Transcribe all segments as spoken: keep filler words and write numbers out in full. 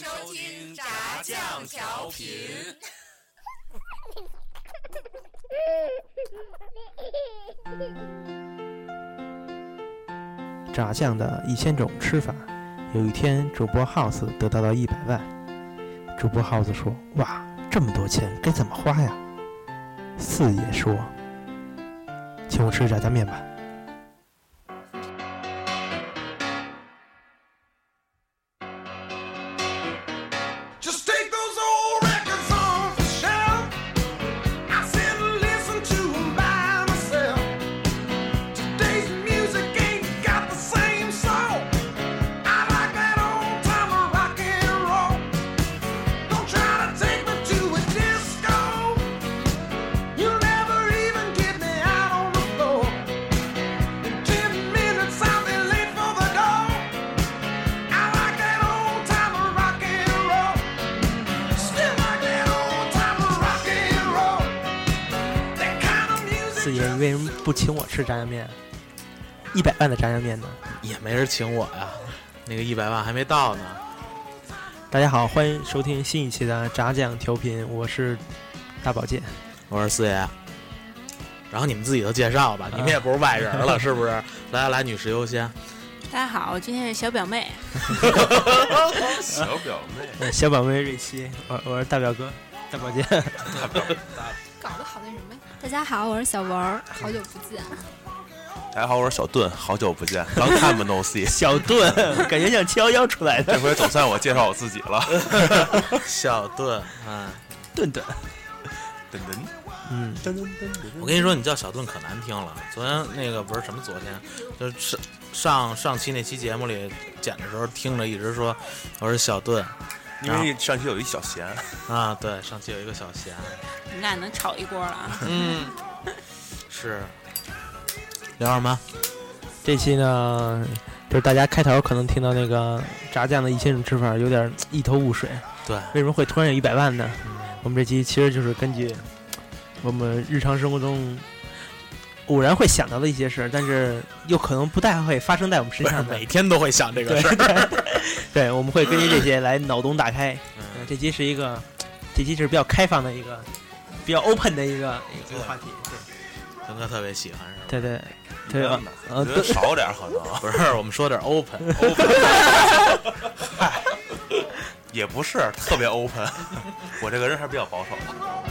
收听炸酱调频。 炸酱的一千种吃法。有一天，主播 House 得到了一百万。主播 House 说：“哇，这么多钱该怎么花呀？”四爷说：“请我吃炸酱面吧。”四爷，你为什么不请我吃炸酱面？一百万的炸酱面呢？ 也没人请我呀，那个一百万还没到呢。 大家好，欢迎收听新一期的炸酱调频，我是大宝剑， 我是四爷。然后你们自己都介绍吧，你们也不是外人了，是不是？来来来，女士优先。 大家好，我今天是小表妹。 小表妹， 小表妹瑞希，我我是大表哥，大宝剑。 大表妹。 搞得好那什么。大家好，我是小文儿，好久不见。 大家好，我是小盾，好久不见 ，Long time no see。 小盾，感觉像七幺幺出来的。 这回总算我介绍我自己了。 小盾，嗯， 盾盾， 噔噔， 嗯， 噔噔噔。 我跟你说，你叫小盾可难听了。昨天那个不是什么，昨天就是上上期那期节目里剪的时候，听着一直说我是小盾。 因为上期有一小弦啊，对，上期有一个小弦， 你们俩能炒一锅了啊？ 嗯，是。聊什么？ 这期呢，就是大家开头可能听到那个炸酱的一千种吃法，有点一头雾水。 对， 为什么会突然有一百万呢？ 嗯、 我们这期其实就是根据我们日常生活中偶然会想到的一些事，但是又可能不太会发生在我们身上的。 每天都会想这个事儿。 对, 对，我们会根据这些来脑洞大开。嗯，这期是一个，这期是比较开放的一个，比较 open 的一个一个话题。对， 东哥特别喜欢是吧？ 对对对， 呃，我觉得少点可能。 不是，我们说点 open open。嗨，也不是特别 open， 我这个人还是比较保守的。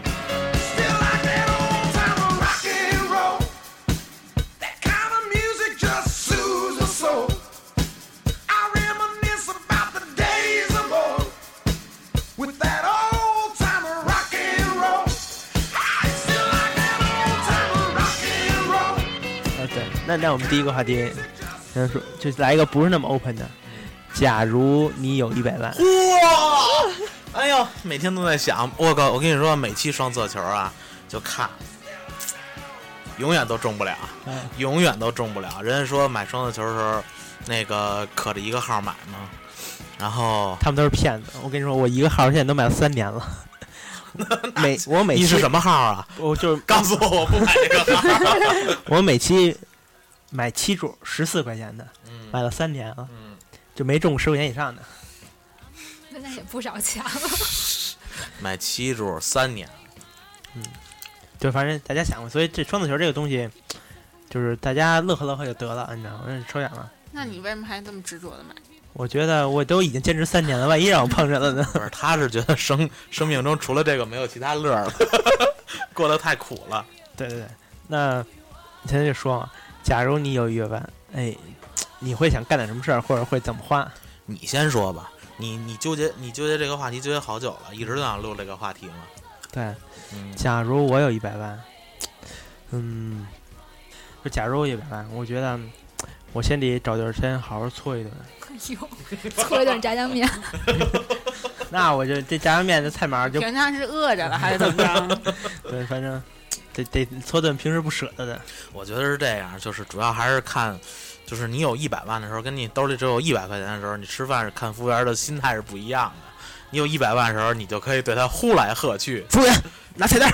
那那我们第一个话题，先说就来一个不是那么 open 的。假如你有一百万， 哇！哎呦，每天都在想，我靠！我跟你说，每期双色球啊，就看，永远都中不了， 嗯、 永远都中不了。人家说买双色球的时候，那个可着一个号买嘛，然后他们都是骗子。我跟你说，我一个号现在都买了三年了。每我每期你是什么号啊？ 我就是告诉我，我不买这个号。 我每期买七注十四块钱的， 嗯、 买了三年了， 嗯、 就没中十块钱以上的。 那也不少钱了。 买七注三年， 嗯，就反正大家想过，所以这双子球这个东西，就是大家乐呵乐呵就得了，你知道吗？抽奖了。 那你为什么还这么执着的买？ 我觉得我都已经坚持三年了，万一让我碰上了呢？ 不是，他是觉得生生命中除了这个没有其他乐了，过得太苦了。 对对对，那你现在就说，假如你有一百万，哎，你会想干点什么事儿，或者会怎么花？ 你先说吧，你你纠结你纠结这个话题纠结好久了，一直都想录这个话题嘛。 对， 嗯、 假如我有一百万，嗯，就假如我有一百万，我觉得我先得找地儿先好好搓一顿。 哎呦，搓一顿炸酱面。 那我就这炸酱面的菜码就平常是饿着了还是怎么着？ 对，反正得得搓顿平时不舍得的。 我觉得是这样，就是主要还是看，就是你有一百万的时候，跟你兜里只有一百块钱的时候，你吃饭是看服务员的心态是不一样的。你有一百万的时候，你就可以对他呼来喝去。 服务员，拿菜单。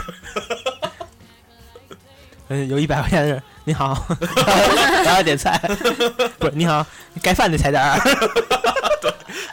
嗯，有一百块钱的人，你好，然后点菜，不是你好，盖饭的菜单。 对，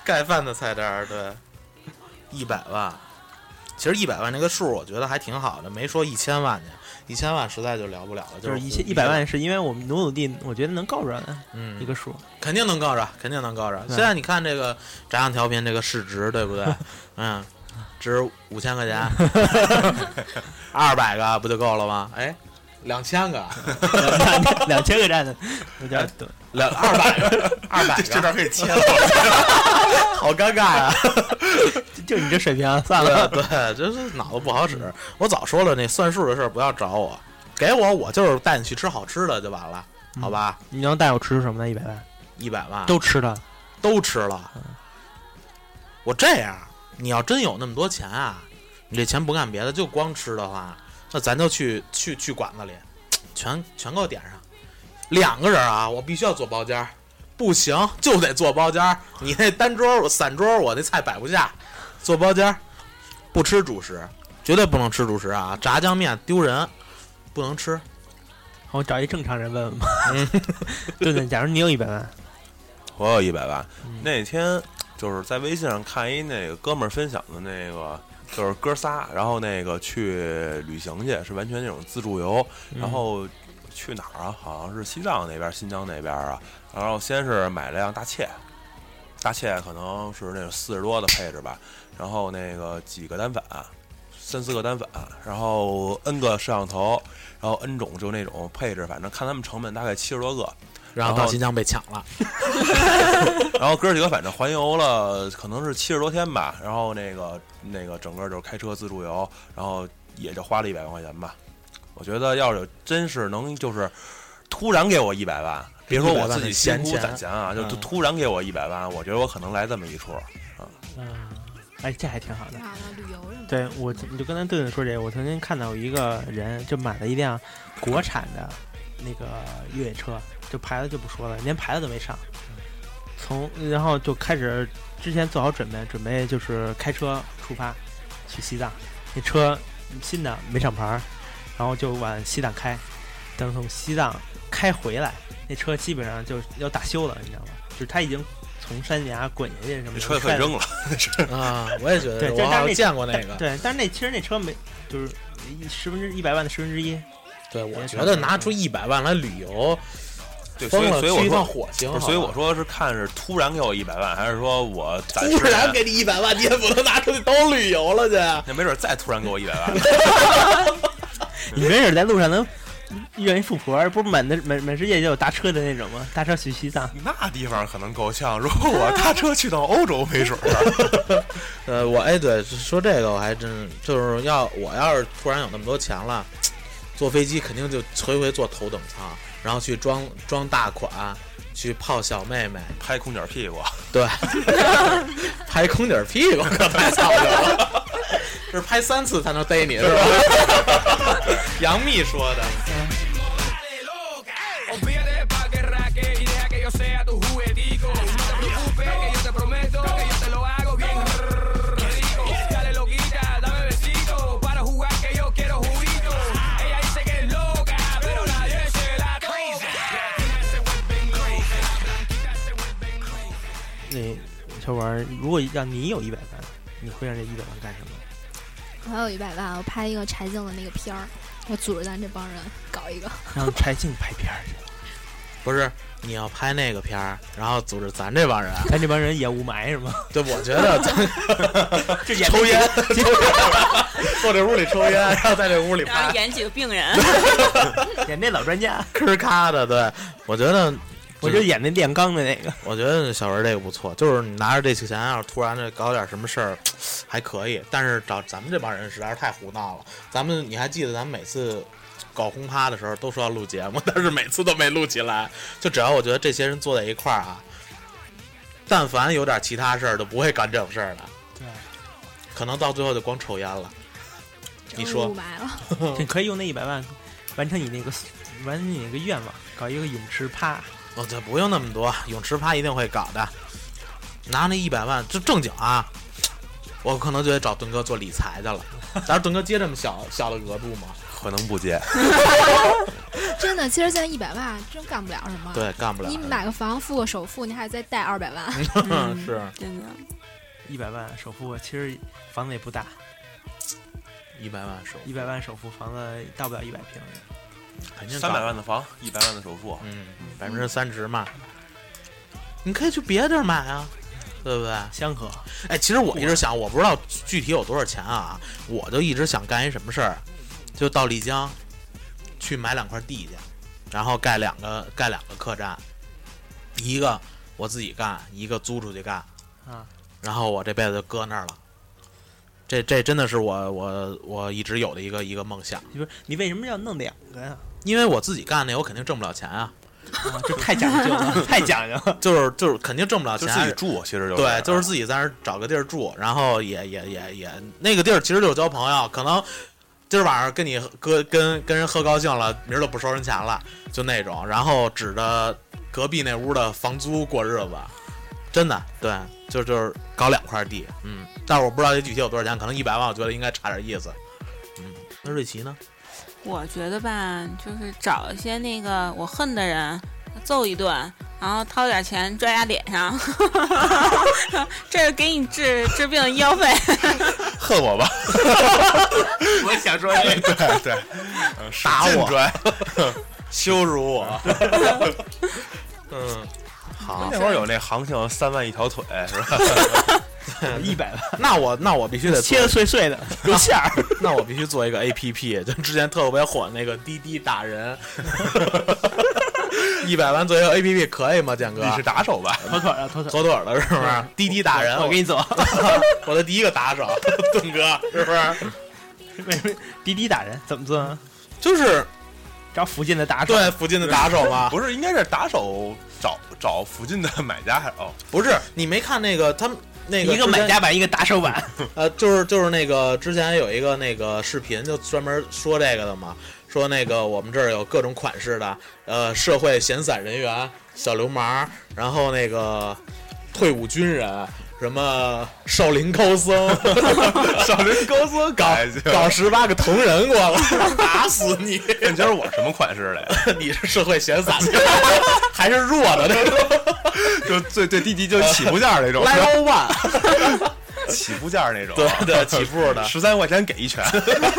盖饭的菜单儿，对，一百万。其实一百万这个数，我觉得还挺好的，没说一千万去，一千万实在就聊不了了。 就是是一千一百万，是因为我们努努力，我觉得能够着的嗯一个数， 肯定能够着，肯定能够着。现在你看这个炸酱调频这个市值，对不对？嗯，值五千块钱，二百个不就够了吗？哎，两千个， 两两千个站的有点多， 两二百个，二百个， 这段可以切了。 好尴尬呀！ 就你这水平，算了。 对，对，就是脑子不好使。我早说了，那算数的事儿不要找我，给我我就是带你去吃好吃的就完了，好吧？ 你能带我吃什么呢？一百万， 一百万都吃了， 都吃了。我这样，你要真有那么多钱啊，你这钱不干别的，就光吃的话，那咱就去去去馆子里，全全给我点上。两个人啊，我必须要做包间儿，不行就得做包间儿。你那单桌我散桌我那菜摆不下，做包间儿，不吃主食，绝对不能吃主食啊！炸酱面丢人，不能吃。 我找一正常人问问吧。嗯，对对，假如你有一百万， 我有一百万， 嗯那天就是在微信上看一那个哥们儿分享的那个，就是哥仨，然后那个去旅行去，是完全那种自助游， 嗯然后去哪儿啊？好像是西藏那边、新疆那边啊。然后先是买了辆大切，大切可能是那种四十多的配置吧，然后那个几个单反，三四个单反，然后 N 个摄像头，然后 N 种就那种配置，反正看他们成本大概七十多个。 然后到新疆被抢了， 然后哥几个反正环游了，可能是七十多天吧。然后那个那个整个就是开车自助游，然后也就花了一百万块钱吧。我觉得要是真是能就是突然给我一百万，别说我自己辛苦攒钱啊，就突然给我一百万，我觉得我可能来这么一出啊。 嗯，哎，这还挺好的。 挺好的，旅游是吗？ 对我，你就跟咱顿顿说这个，我曾经看到一个人就买了一辆国产的那个越野车，就牌子就不说了，连牌子都没上，从然后就开始之前做好准备，准备就是开车出发去西藏，那车新的没上牌，然后就往西藏开，等从西藏开回来，那车基本上就要大修了，你知道吗？就是他已经从山崖滚下去什么的， 这车也可以扔了。 啊！我也觉得， 对， 我好像见过那个。 对，但是那其实那车没，就是十分之一百万的十分之一。 对，我觉得拿出一百万来旅游， 对，所以所以我说火星， 所以我说是看是突然给我一百万，还是说我突然给你一百万，你也不能拿出去都旅游了去。 那没准再突然给我一百万， 你没准在路上能遇见一富婆，不是满的满满世界就有搭车的那种吗？搭车去西藏， 那地方可能够呛。如果我搭车去到欧洲，没准儿。 呃，我哎，对，说这个我还真就是要我要是突然有那么多钱了，坐飞机肯定就回回坐头等舱，然后去装装大款，去泡小妹妹， 拍空姐屁股。 对，拍空姐屁股可太操心了，这是拍三次才能逮你是吧？杨幂说的。 那小王，如果让你有一百万，你会让这一百万干什么？ 我有一百万，我拍一个柴静的那个片儿，我组织咱这帮人搞一个。 让柴静拍片儿去。 不是，你要拍那个片儿，然后组织咱这帮人， 咱这帮人演雾霾是吗？ 对，我觉得咱就演抽烟，坐这屋里抽烟，然后在这屋里拍， 然后演几个病人， 演那老专家， 吭咔的。对，我觉得， 我就演那炼钢的那个。 我觉得小文这个不错，就是你拿着这钱，要是突然的搞点什么事儿，还可以。但是找咱们这帮人实在是太胡闹了。咱们你还记得咱们每次搞轰趴的时候都说要录节目，但是每次都没录起来。就只要我觉得这些人坐在一块儿啊，但凡有点其他事儿，都不会干这种事儿的。 对， 可能到最后就光抽烟了。你说雾霾了， 你可以用那一百万完成你那个完成你那个愿望，搞一个泳池趴。 哦，这不用那么多，泳池趴一定会搞的。拿那一百万就正经啊，我可能就得找盾哥做理财去了。咱说盾哥接这么小小的额度吗？ 可能不接。 真的，其实现在一百万真干不了什么。 对，干不了。 你买个房付个首付，你还得再贷二百万。 嗯是真的。 一百万首付，其实房子也不大， 一百万首， 一百万首付房子到不了一百平。 肯定三百万的房，一百万的首付， 嗯，百分之三十嘛。你可以去别地儿买啊，对不对？ 香河， 哎，其实我一直想，我不知道具体有多少钱啊，我就一直想干一什么事儿，就到丽江去买两块地去，然后盖两个盖两个客栈，一个我自己干，一个租出去干啊， 然后我这辈子就搁那儿了。这这真的是我我我一直有的一个一个梦想。 你说你为什么要弄两个呀？ 因为我自己干那，我肯定挣不了钱啊。 啊，这太讲究了，太讲究了。 就是就是肯定挣不了钱， 就自己住，其实就是对，就是自己在那儿找个地儿住，然后也也也也那个地儿其实就是交朋友，可能今儿晚上跟你跟跟跟人喝高兴了，明儿就不收人钱了，就那种，然后指着隔壁那屋的房租过日子，真的对，就就是搞两块地，嗯，但是我不知道这具体有多少钱，可能一百万，我觉得应该差点意思，嗯，那瑞奇呢？ 我觉得吧，就是找一些那个我恨的人，揍一顿，然后掏点钱拽他脸上，这是给你治治病的医药费。 恨我吧？ 我想说这个， 对对，呃打我使劲拽， 羞辱我。嗯，好， 那会儿有那行情三万一条腿是吧？ 一百万， 那我那我必须得切的碎碎的，有馅儿。 那我必须做一个 A P P， 就之前特别火那个滴滴打人，一百万做一个 A P P 可以吗，建哥？ 你是打手吧？ 妥妥的，妥妥。 妥妥的，是不是？滴滴打人， 我给你走。 我的第一个打手，盾哥，是不是？ 为什么滴滴打人怎么做呢？ 就是找附近的打手。 对附近的打手嘛。 不是，应该是打手找找附近的买家还哦， 不是，你没看那个他们。那个一个买家版，一个打手版， 呃，就是就是那个之前有一个那个视频，就专门说这个的嘛，说那个我们这儿有各种款式的，呃，社会闲散人员、小流氓，然后那个退伍军人，什么少林高僧，少林高僧搞搞十八个铜人过来，打死你！ 你觉得我什么款式的呀？ 你是社会闲散的，还是弱的那种？ 就最最低级就起步价那种 ，Level One， 起步价那种， 对对，起步的， 十三块钱给一拳，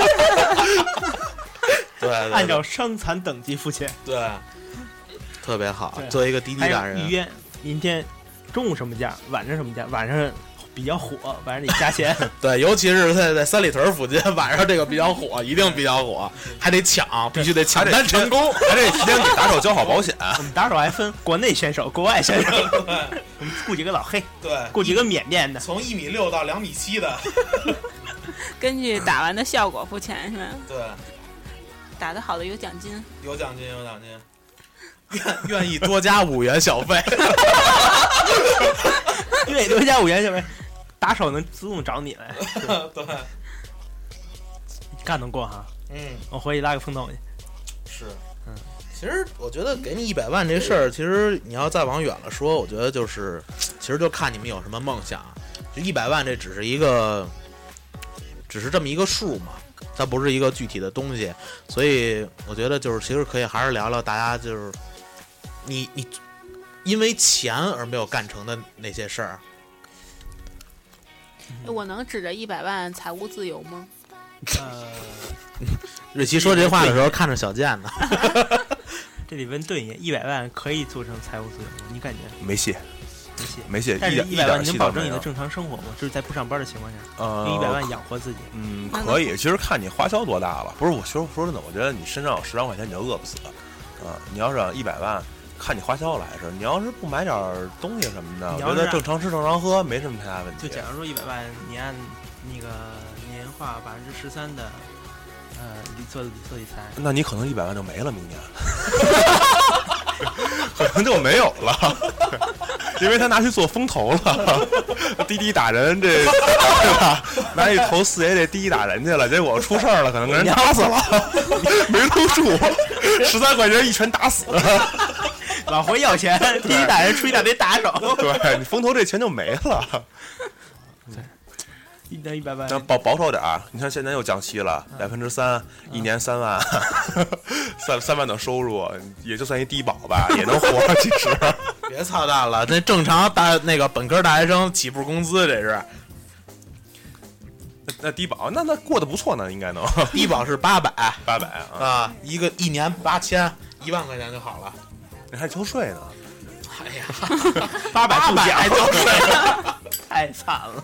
对， 按照伤残等级付钱， 对，特别好。作为一个滴滴达人， 预约明天中午什么价，晚上什么价，晚上比较火，晚上得加钱。 对，尤其是在在三里屯附近，晚上这个比较火，一定比较火，还得抢，必须得抢单成功， 还得提前给打手交好保险。 我们打手还分国内选手、国外选手，我们雇几个老黑， 对， 雇几个缅甸的， 从一米六到两米七的， 根据打完的效果付钱是吧？ 对， 打得好的有奖金， 有奖金有奖金，愿愿意多加五元小费， 愿意多加五元小费。打手能自动找你来， 对， 干得过哈。 嗯， 我回去拉个风筒去。 是，嗯，其实我觉得给你一百万这事儿，其实你要再往远了说，我觉得就是，其实就看你们有什么梦想。就一百万这只是一个，只是这么一个数嘛，它不是一个具体的东西，所以我觉得就是其实可以还是聊聊大家就是你你因为钱而没有干成的那些事儿。 我能指着一百万财务自由吗？ 呃， 瑞奇说这话的时候看着小贱呢。 这里问顿爷，一百万可以做成财务自由吗？你感觉？ 没戏， 没戏， 没戏。 但是一一百万你能保证你的正常生活吗？就是在不上班的情况下， 呃， 用一百万养活自己。 嗯，可以。其实看你花销多大了。不是，我说说真的，我觉得你身上有十万块钱你就饿不死。啊、呃，你要是一百万。看你花销来是，你要是不买点东西什么的，我觉得正常吃正常喝没什么太大问题。 就假如说一百万，你按那个年化百分之十三的，呃，理做理做理财， 那你可能一百万就没了，明年，可能就没有了，因为他拿去做风投了，滴滴打人这，对吧？拿去投四爷这滴滴打人去了，结果出事儿了，可能给人打死了，没搂住，十三块钱一拳打死了。 往回要钱，滴滴打人出一大堆打手， 对你风投这钱就没了。 对， 一年一百万， 咱保保守点儿，你看现在又降息了，百分之三，一年三万，三三万的收入，也就算一低保吧，也能活。其实别操蛋了，那正常大那个本科大学生起步工资这是， 那, 那低保那那过得不错呢，应该能。 低保是八百八百啊， 啊，一个一年八千，一万块钱就好了。 你还交税呢？ 哎呀， 八百八百还交税， 太惨了。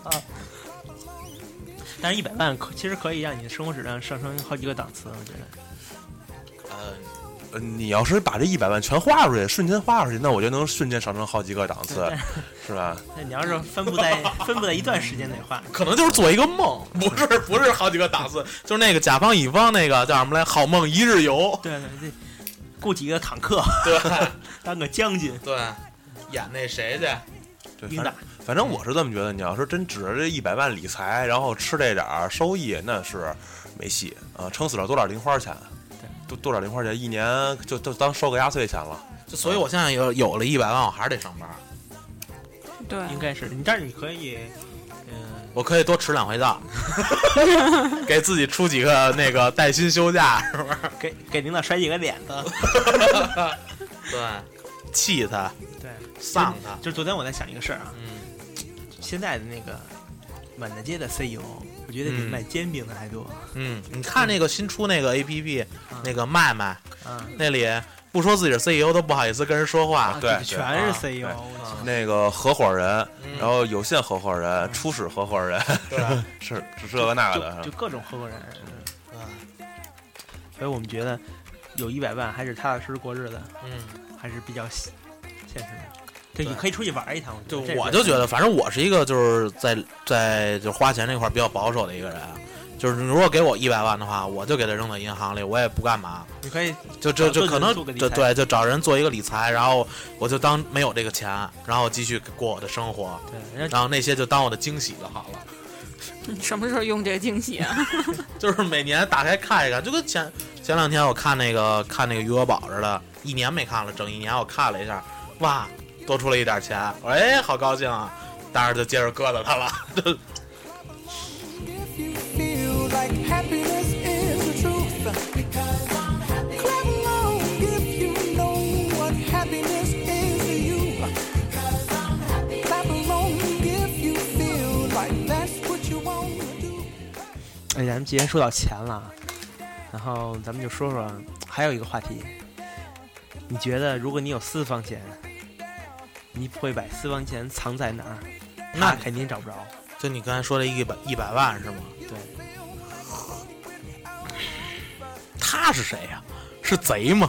但是一百万可其实可以让你的生活质量上升好几个档次，我觉得。 呃， 呃，你要是把这一百万全花出去，瞬间花出去，那我就能瞬间上升好几个档次，是吧？ 那你要是分布在分布在一段时间内花， 可能就是做一个梦，不是不是好几个档次，就是那个甲方乙方那个叫什么来，好梦一日游。 对对对，雇几个坦克， 对， 当个将军， 对，演那谁去？ 对， 英大反正反正我是这么觉得，你要是真指着这一百万理财，然后吃这点儿收益，那是没戏啊，撑死了多点零花钱，多多点零花钱，一年就就当收个压岁钱了。 就所以，我现在有有了一百万，我还是得上班。 对， 应该是你这儿你可以，嗯、 我可以多迟两回到，给自己出几个那个带薪休假，是不是？ 给给领导甩几个脸子， 对，气他， 对， 丧他。 就是昨天我在想一个事儿啊， 嗯， 现在的那个满大街的 C E O， 我觉得比嗯卖煎饼的还多。 嗯，你看那个新出那个 A P P，、 嗯、 那个麦麦， 啊， 那里不说自己是 C E O 都不好意思跟人说话。 对这全是啊 C E O，、 对我天那个合伙人， 嗯然后有限合伙人、初始合伙人， 对， 是是这个那个的就就各种合伙人， 嗯所以我们觉得有一百万还是踏踏实实过日子， 嗯， 还是比较现现实的。对， 对你可以出去玩一趟。 就这我就觉得，反正我是一个就是在在就花钱这块比较保守的一个人。就是如果给我一百万的话，我就给他扔到银行里，我也不干嘛， 你可以就就就找可能做个理财就对，就找人做一个理财，然后我就当没有这个钱，然后继续过我的生活， 对，人家然后那些就当我的惊喜就好了。 你什么时候用这个惊喜啊？ 就是每年打开看一看，就跟前前两天我看那个看那个余额宝似的，一年没看了，整一年我看了一下，哇，多出了一点钱，我说哎，好高兴啊！当然就接着搁着它了。 Like happiness is the truth. Because I'm happy. Clap along if you know what happiness is to you. Because I'm happy. Clap along if you feel like that's what you want to do. 哎，咱们既然说到钱了，然后咱们就说说还有一个话题，你觉得如果你有私房钱，你会把私房钱藏在哪儿？ 那他肯定找不着。 就你刚才说的一百一百万是吗？ 对。 他是谁呀、啊？是贼吗？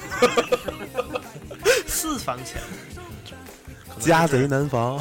私房钱， 家贼难防。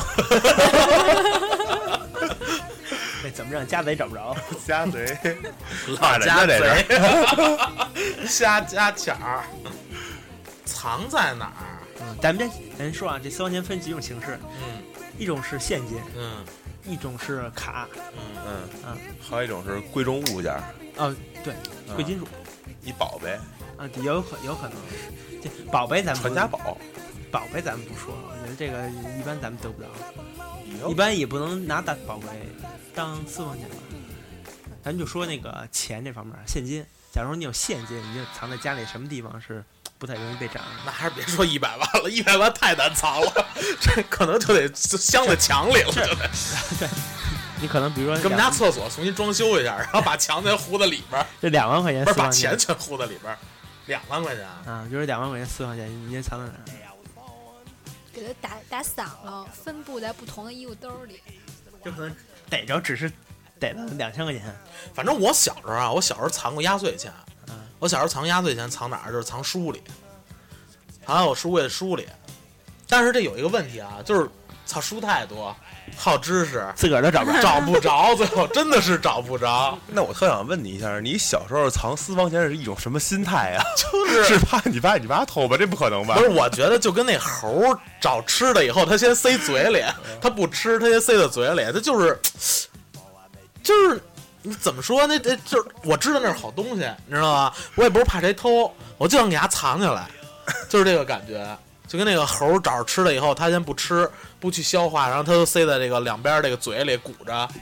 那怎么让家贼找不着？ 家贼， 老家在这贼，瞎加钱儿，藏在哪儿？ 嗯，咱们这咱说啊，这私房钱分几种形式， 嗯一种是现金， 嗯一种是卡， 嗯嗯嗯， 还有一种是贵重物件， 哦，对，贵金属一宝贝， 啊，有可有可能，这宝贝咱们不传家宝， 宝贝咱们不说，我觉得这个一般咱们得不着， 有一般也不能拿大宝贝当私房钱吧。咱们就说那个钱这方面，现金。假如你有现金，你就藏在家里什么地方是不太容易被找的。 那还是别说一百万了，一百万太难藏了，这可能就得镶在墙里了，就得。 对，你可能比如说给我们家厕所重新装修一下，然后把墙全糊在里边儿， 这两万块钱不是把私房钱钱全糊在里边儿，两万块钱。 啊，就是两万块钱私房钱，你这藏在哪儿？ 给它打打散了，分布在不同的衣服兜里。 就可能逮着只是逮了两千块钱。 反正我小时候啊，我小时候藏过压岁钱。 嗯， 我小时候藏压岁钱藏哪儿？就是藏书里，藏在我书柜的书里。但是这有一个问题啊，就是操书太多，好知识， 自个儿都找不着。 找不着，最后真的是找不着。 那我特想问你一下，你小时候藏私房钱是一种什么心态呀、啊？ 就是是怕你爸你妈偷吧？这不可能吧？ 不是，我觉得就跟那猴找吃的以后，他先塞嘴里，他不吃，他先塞到嘴里，他就是就是你怎么说？那这就是我知道那是好东西，你知道吗？我也不是怕谁偷，我就想给它藏起来，就是这个感觉。就跟那个猴找着吃了以后，他先不吃，不去消化，然后他就塞在这个两边这个嘴里鼓着，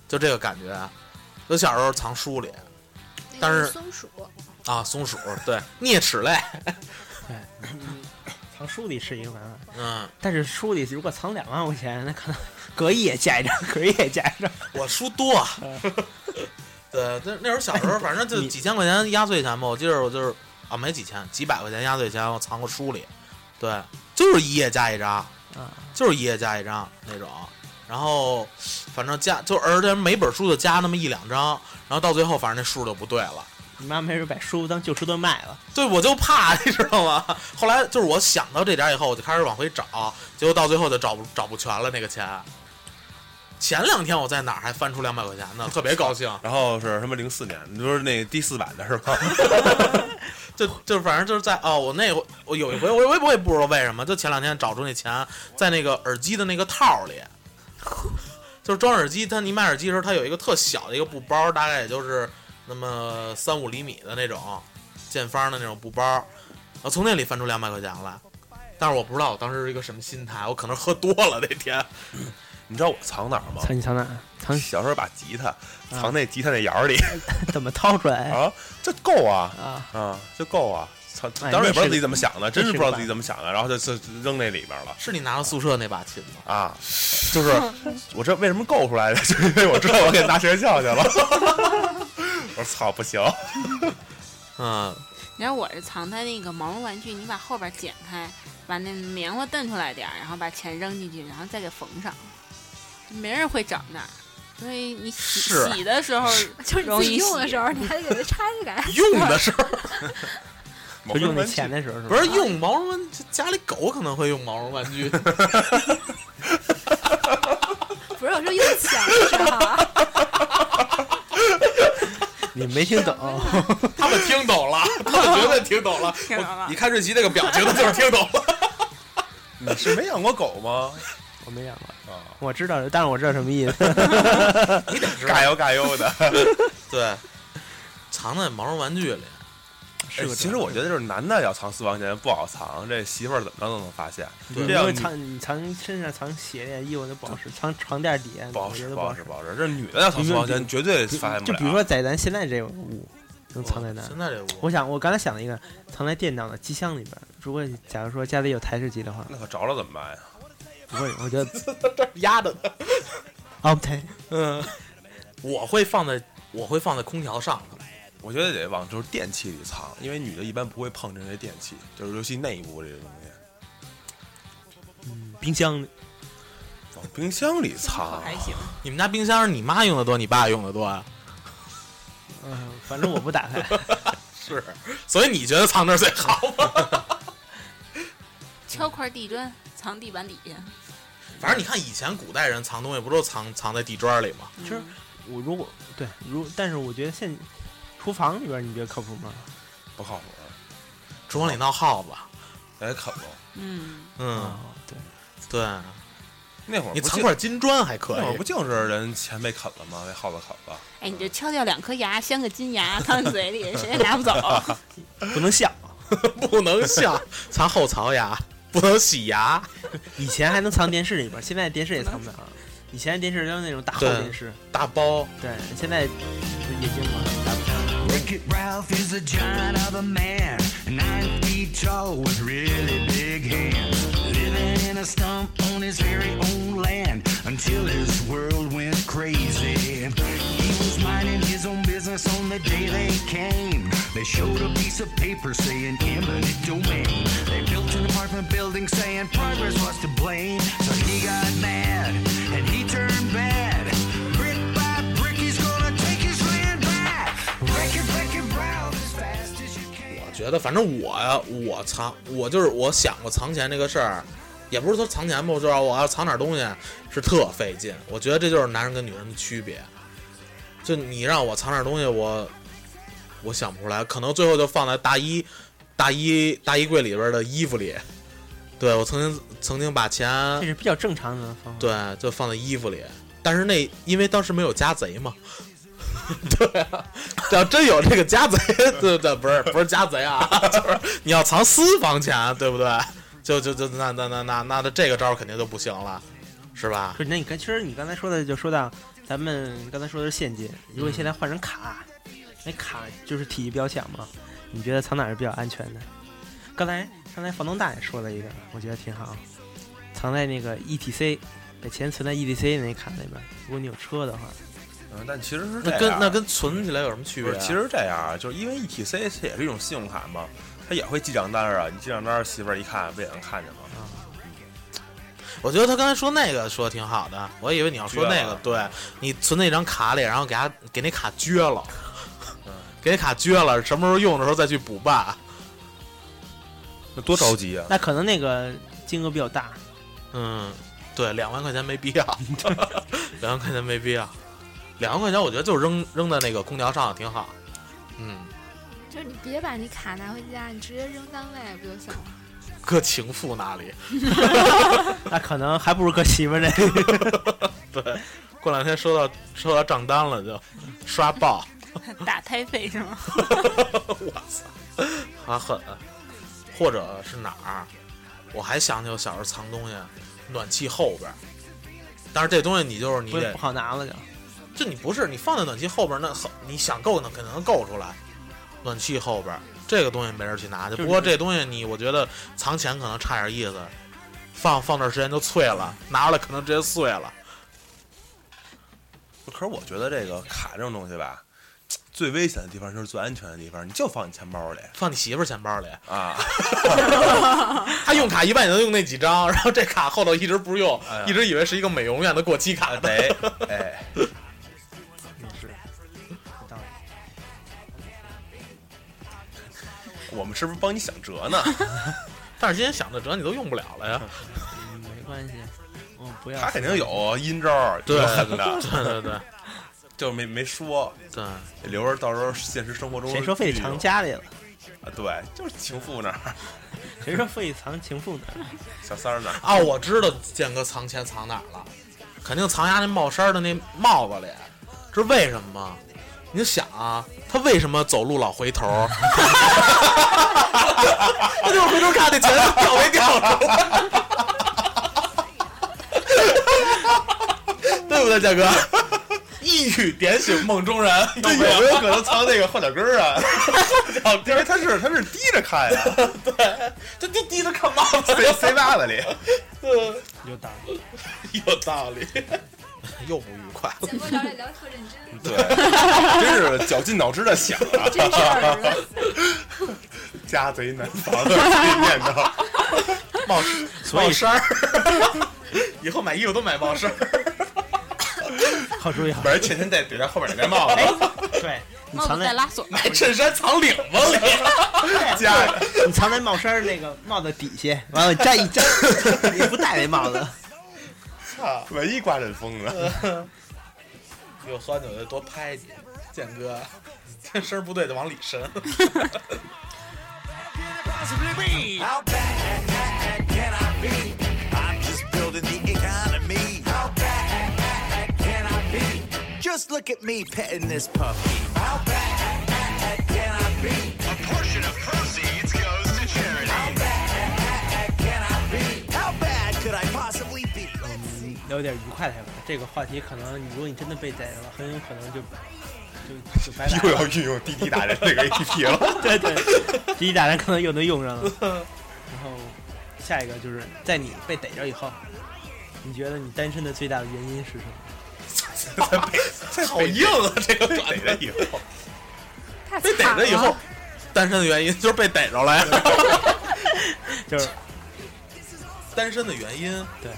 就这个感觉。我小时候藏书里，但是松鼠啊，松鼠对啮齿类， 对，藏书里是一个办法。 嗯， 但是书里如果藏两万块钱，那可能隔一页加一张，隔一页加一张。 我书多。对，那那会儿小时候，反正就几千块钱压岁钱吧。我记得我就是啊，没几千，几百块钱压岁钱，我藏过书里。对，就是一页加一张， 啊， 就是一页加一张那种。然后反正加就而且每本书就加那么一两张，然后到最后反正那数就不对了。 你妈没准把书当旧书都卖了。 对，我就怕，你知道吗？后来就是我想到这点以后，我就开始往回找，结果到最后就找不找不全了那个钱。前两天我在哪儿还翻出两百块钱呢，特别高兴。 然后是什么零四年，你说那第四版的是吧？ 就就反正就是在哦，我那回我有一回我我也我也不知道为什么，就前两天找出那钱在那个耳机的那个套里，就是装耳机，它你买耳机的时候，它有一个特小的一个布包，大概也就是那么三五厘米的那种见方的那种布包，我从那里翻出两百块钱来，但是我不知道我当时是一个什么心态，我可能喝多了那天。 你知道我藏哪儿吗？ 藏你藏哪儿？藏小时候把吉他藏那吉他那眼里怎么掏出来啊？这够啊啊啊，就够啊！操， 哎当时也不知道那是自己怎么想的，真是不知道那是个自己怎么想的，然后就就扔那里边了是你拿到宿舍那把琴吗？ 啊！就是我这为什么够出来的，就是因为我知道我给拿学校去了。我说操，不行！ 嗯， 你知道我是藏在那个毛绒玩具，你把后边剪开，把那棉花蹬出来点儿，然后把钱扔进去，然后再给缝上，没人会找那儿。所以你洗是洗的时候就是你自己容易洗用的时候，你还得给它拆开。 用的时候某就用那个文具钱的时候是吧？ 不是用毛绒玩具，家里狗可能会用毛绒玩具。 不是我说用钱的时候， 你没听懂。 他们听懂了，他们绝对听懂了。 听懂了我一看瑞奇那个表情，他就是听懂了。 你是没养过狗吗？ 我没养过， 啊， 我知道，但是我知道什么意思。 你得知道嘎悠嘎悠的。 对，藏在毛绒玩具里。 是个哎其实我觉得就是男的要藏私房钱不好藏，这媳妇儿怎么着都能发现。 对你要这样藏你藏身上、藏鞋链、衣服那不好使，藏床垫底下我觉不好使， 得好使不好使，。不好使。这女的要藏私房钱，绝对发现不了。 就比如说在咱现在这个屋，能藏在哪儿？ 现在这我屋， 想我刚才想了一个，藏在电脑的机箱里边。如果假如说家里有台式机的话， 那可着了怎么办呀？ 不会，我觉得压的。 哦对， 嗯，我会放在我会放在空调上头。 我觉得得往就是电器里藏，因为女的一般不会碰这些电器，就是尤其内部这些东西。 冰箱里往冰箱里藏， 还行。 你们家冰箱是你妈用的多，你爸用的多啊？ 嗯，反正我不打开。 是，所以你觉得藏那儿最好吗？ 敲块地砖藏地板底下。 反正你看以前古代人藏东西，不都藏藏在地砖里吗？ 其实我如果对如，但是我觉得现厨房里边你觉得靠谱吗？ 不靠谱。 厨房里闹耗子。 哎，啃了。 嗯， 嗯， 哦对， 对， 那会儿不净你藏块金砖还可以。 那会儿不净是人钱被啃了吗？被耗子啃了。 哎，你就敲掉两颗牙，镶个金牙，放在嘴里，谁也拿不走。 不能笑。 不能笑，藏后槽牙，不能洗牙。 以前还能藏电视里边，现在电视也藏不了。以前电视都是那种大厚对电视， 大包， 对，现在就液晶嘛，大不了。 Wreck-It Ralph is a giant of a man, nine feet tall with really big hands. Living in a stump on his very own land until his world went crazy. He was minding his own business on the day they came. They showed a piece of paper saying eminent domain. They built an apartment building saying progress was to blame. So he got mad and he turned bad. Brick by brick, he's gonna take his land back. Wreck-It, Wreck-It Ralph as fast as you can. 我觉得反正我呀，我藏，我就是我想过藏钱这个事儿，也不是说藏钱吧，我就要我要藏点东西是特费劲。我觉得这就是男人跟女人的区别。就你让我藏点东西，我我想不出来，可能最后就放在大衣大衣大衣柜里边的衣服里。对，我曾经曾经把钱这是比较正常的方法。 对就放在衣服里，但是那因为当时没有家贼嘛。对啊，要真有这个家贼，对对，不是不是家贼啊，就是你要藏私房钱，对不对？就就就那那那那那的这个招肯定就不行了，是吧？ 不是，那你看，其实你刚才说的就说到咱们刚才说的是现金，如果现在换成卡，那卡就是体积比较小嘛，你觉得藏哪儿是比较安全的？刚才刚才房东大爷说了一个，我觉得挺好，藏在那个 E T C， 把钱存在 E T C 那卡里边。如果你有车的话， 嗯，但其实是这那样跟那跟存起来有什么区别、啊？ 不是，其实这样，就是因为 E T C 它也是一种信用卡嘛，它也会记账单啊。你记账单，媳妇儿一看不也能看见吗？ 啊， 我觉得他刚才说那个说的挺好的，我以为你要说那个，对你存那张卡里，然后给他给那卡撅了， 嗯， 给那卡撅了，什么时候用的时候再去补办。 那多着急啊！ 那可能那个金额比较大。 嗯，对，两万块钱没必要，两万块钱没必要，两万块钱我觉得就扔扔在那个空调上挺好。嗯， 就是你别把你卡拿回家，你直接扔单位不就行了？ 搁情妇那里。 那可能还不如搁媳妇那里。 对，过两天收到收到账单了就刷爆。 打胎费是吗？ 我操，好狠！或者是哪儿？我还想起我小时候藏东西，暖气后边。但是这东西你就是你得不不好拿了就。 这你不是你放在暖气后边，那你想够呢，肯定能够出来。暖气后边这个东西没人去拿去， 就是、 不过这东西你我觉得藏钱可能差点意思，放放段时间就脆了，拿出来可能直接碎了。 可是我觉得这个卡这种东西吧，最危险的地方就是最安全的地方，你就放你钱包里， 放你媳妇儿钱包里啊。 他用卡一般也能用那几张，然后这卡后头一直不用， 哎、 一直以为是一个美容院的过期卡。 得，哎， 也是，有道理。 我们是不是帮你想辙呢？ 但是今天想的辙你都用不了了呀。 嗯，没关系，我不要。 他肯定有阴招， 对， 狠的， 对对对， 就没没说， 对， 留着到时候现实生活中。 谁说非得藏家里了？ 啊，对，就是情妇那儿。 谁说非得藏情妇那儿？ 小三儿那儿。 啊，我知道建哥藏钱藏哪儿了，肯定藏家那帽衫的那帽子里。这是为什么吗？你就想啊，他为什么走路老回头？他就是回头看那钱掉没掉出来，对不对，建哥？一语点醒梦中人， 有没有可能藏那个后脚跟儿啊？因为他是他是低着看呀， 对，他低低着看帽子， 塞塞袜子里。 有道理， 有道理，又不愉快了。 见过聊这聊特认真， 对，真是绞尽脑汁的想啊， 真事儿。 家贼难防，自己念叨。 帽帽衫儿，以后买衣服都买帽衫儿。 好主意，好把人前前带怼在后面那帽子， 对，你帽子藏在带拉锁， 买衬衫藏领子里， 家你藏在帽衫那个帽子底下，完了摘一摘，你不戴那帽子。 唯一刮阵风的。 又喝完酒就多拍你，建哥，这声不对就往里伸。 How bad can I be? I'm just building the economy. How bad can I be? Just look at me petting this puppy. How bad can I be? A portion of proceeds goes to charity. How bad can I be? How bad could I possibly be? Let's see. 聊点愉快的吧，这个话题可能，如果你真的被逮着了，很有可能就就就拜拜又了。 要运用滴滴打人这个 A P P 了。 对对，第一打人可能又能用上了。然后下一个就是在你被逮着以后，你觉得你单身的最大的原因是什么？ 好硬啊！这个转逮着以后， 太被逮惨着以后了。， 单身的原因就是被逮着了呀。 就是单身的原因对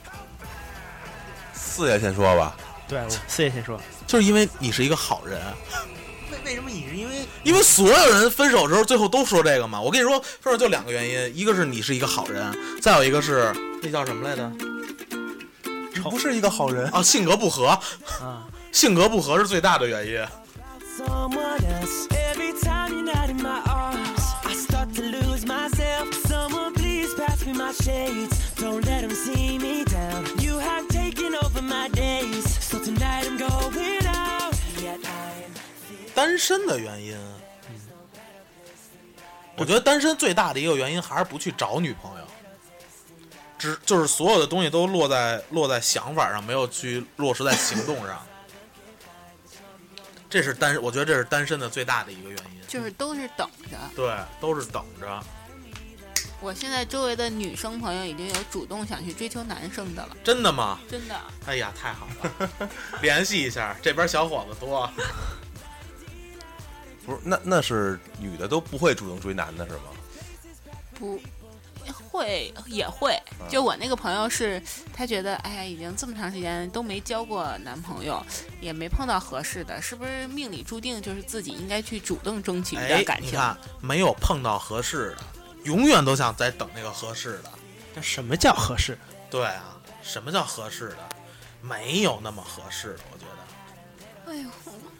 四爷先说吧。 对，我四爷先说。 就是因为你是一个好人。 为为什么你是因为因为所有人分手的时候最后都说这个嘛。我跟你说，分手就两个原因，一个是你是一个好人，再有一个是那叫什么来着？ 你不是一个好人。 啊，性格不合。 啊？ 性格不合是最大的原因。 Someone else. Every time you're not in my arms, I start to lose myself. Someone please pass me my shades. Don't let them see me down. You have taken over my days, so tonight I'm going out. Yet I'm 单身的原因，我觉得单身最大的一个原因还是不去找女朋友，只就是所有的东西都落在落在想法上，没有去落实在行动上。 这是单，我觉得这是单身的最大的一个原因。 就是都是等着。 对，都是等着。 我现在周围的女生朋友已经有主动想去追求男生的了。 真的吗？ 真的。 哎呀，太好了，联系一下，这边小伙子多。 不是，那那是女的都不会主动追男的是吗？ 不会，也会。就我那个朋友是，他觉得，哎呀，已经这么长时间都没交过男朋友，也没碰到合适的，是不是命里注定就是自己应该去主动争取一段感情？ 哎、你看，没有碰到合适的，永远都想在等那个合适的。 这什么叫合适？ 对啊，什么叫合适的？没有那么合适的，我觉得。 哎呦。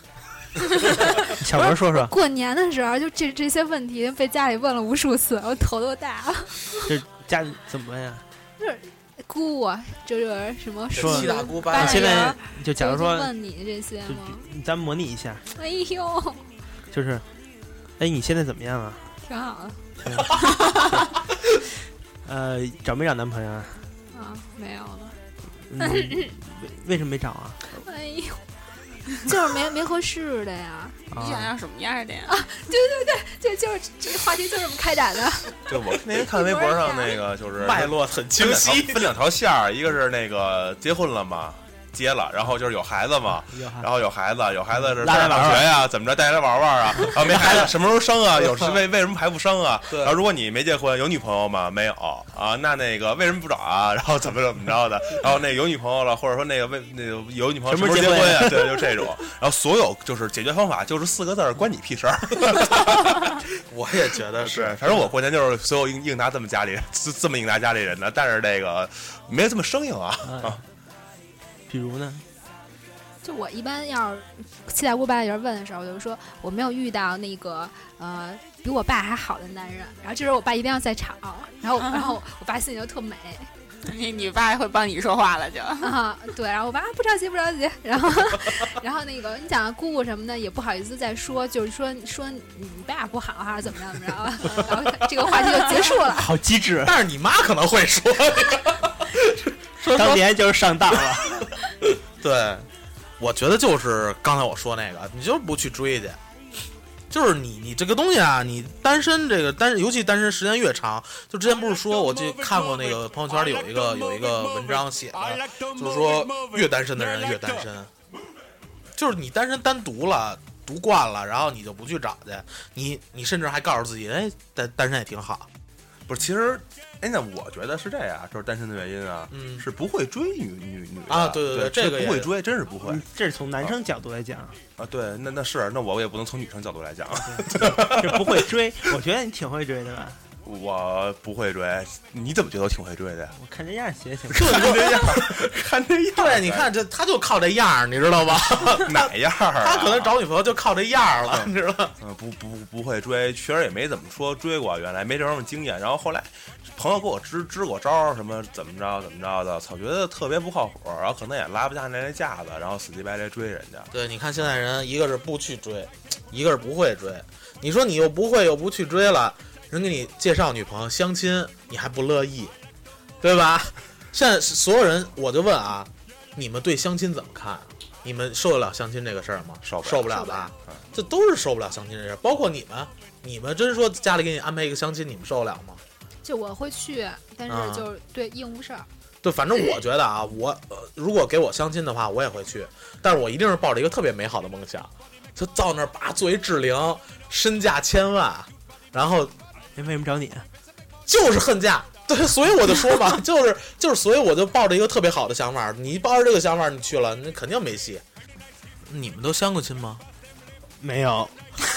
小文说说， 过年的时候就这这些问题被家里问了无数次，我头都大了。 这家里怎么呀？ 就是姑啊，就是什么说七大姑八大姨。 现在就假如说问你这些吗？ 咱模拟一下。 哎呦， 就是，哎，你现在怎么样啊？ 挺好的。呃，找没找男朋友啊？ 啊，没有呢。 嗯、为为什么没找啊？ 哎呦。就是没没合适的呀， 你想要什么样的呀？ 啊，对对对，就就是这个话题就这么开展的。 就我那天看微博上那个，就是脉络很清晰， 分两条线儿，一个是那个结婚了嘛，结了，然后就是有孩子嘛，然后有孩子，有孩子是上学呀，怎么着带来玩玩啊？然后没孩子什么时候生啊？有时为为什么还不生啊？然后如果你没结婚，有女朋友吗？没有啊？那那个为什么不找啊？然后怎么怎么着的？然后那有女朋友了，或者说那个为那个有女朋友什么时候结婚呀？对，就这种。然后所有就是解决方法就是四个字儿，关你屁事儿。 我也觉得是， 反正我过年就是所有应应答这么家里人，这么应答家里人的，但是这个没这么生硬啊。啊比如呢？ 就我一般要是七大姑八大姨问的时候，我就说我没有遇到那个呃比我爸还好的男人，然后这时候我爸一定要在场，然后、嗯、然后我爸心里就特美。 你你爸会帮你说话了就啊，对，然后我爸不着急不着急，然后然后那个你讲姑姑什么的也不好意思再说，就是说说你爸不好还是怎么着怎么着，然后这个话题就结束了。 好机智， 但是你妈可能会说。 当年就是上当了。 对，我觉得就是刚才我说那个，你就是不去追去，就是你你这个东西啊，你单身这个单，尤其单身时间越长，就之前不是说我就看过那个朋友圈里有一个有一个文章写的，就是说越单身的人越单身，就是你单身单独了，独惯了，然后你就不去找去，你你甚至还告诉自己，哎，单单身也挺好。 不是，其实，哎，那我觉得是这样，就是单身的原因啊，嗯，是不会追女女女啊，对对对， 这个不会追，真是不会。 这是从男生角度来讲啊，对，那那是，那我也不能从女生角度来讲， 这不会追，我觉得你挺会追的吧？ 我不会追，你怎么觉得我挺会追的呀？ 我看这样写挺， 看这样，看这样，对，你看这他就靠这样，你知道吧？ 哪样啊？ 他可能找女朋友就靠这样了，你知道吗？ 嗯，不不不会追，确实也没怎么说追过，原来没这种经验。然后后来朋友给我支支过招，什么怎么着怎么着的，操，觉得特别不靠谱，然后可能也拉不下那架子，然后死乞白赖追人家。 对，你看现在人，一个是不去追，一个是不会追。你说你又不会又不去追了。人给你介绍女朋友相亲，你还不乐意，对吧？现在所有人，我就问啊，你们对相亲怎么看？你们受得了相亲这个事儿吗？ 受受不了吧？这都是受不了相亲这事儿。包括你们，你们真说家里给你安排一个相亲，你们受得了吗？ 就我会去，但是就、嗯、对应无事儿。 对，反正我觉得啊，我、呃、如果给我相亲的话，我也会去，但是我一定是抱着一个特别美好的梦想，就到那儿把作为志玲，身价千万，然后。 人为什么找你？ 就是恨嫁，对，所以我就说嘛，就是就是，所以我就抱着一个特别好的想法，你抱着这个想法你去了，那肯定没戏。你们都相过亲吗？ 没有。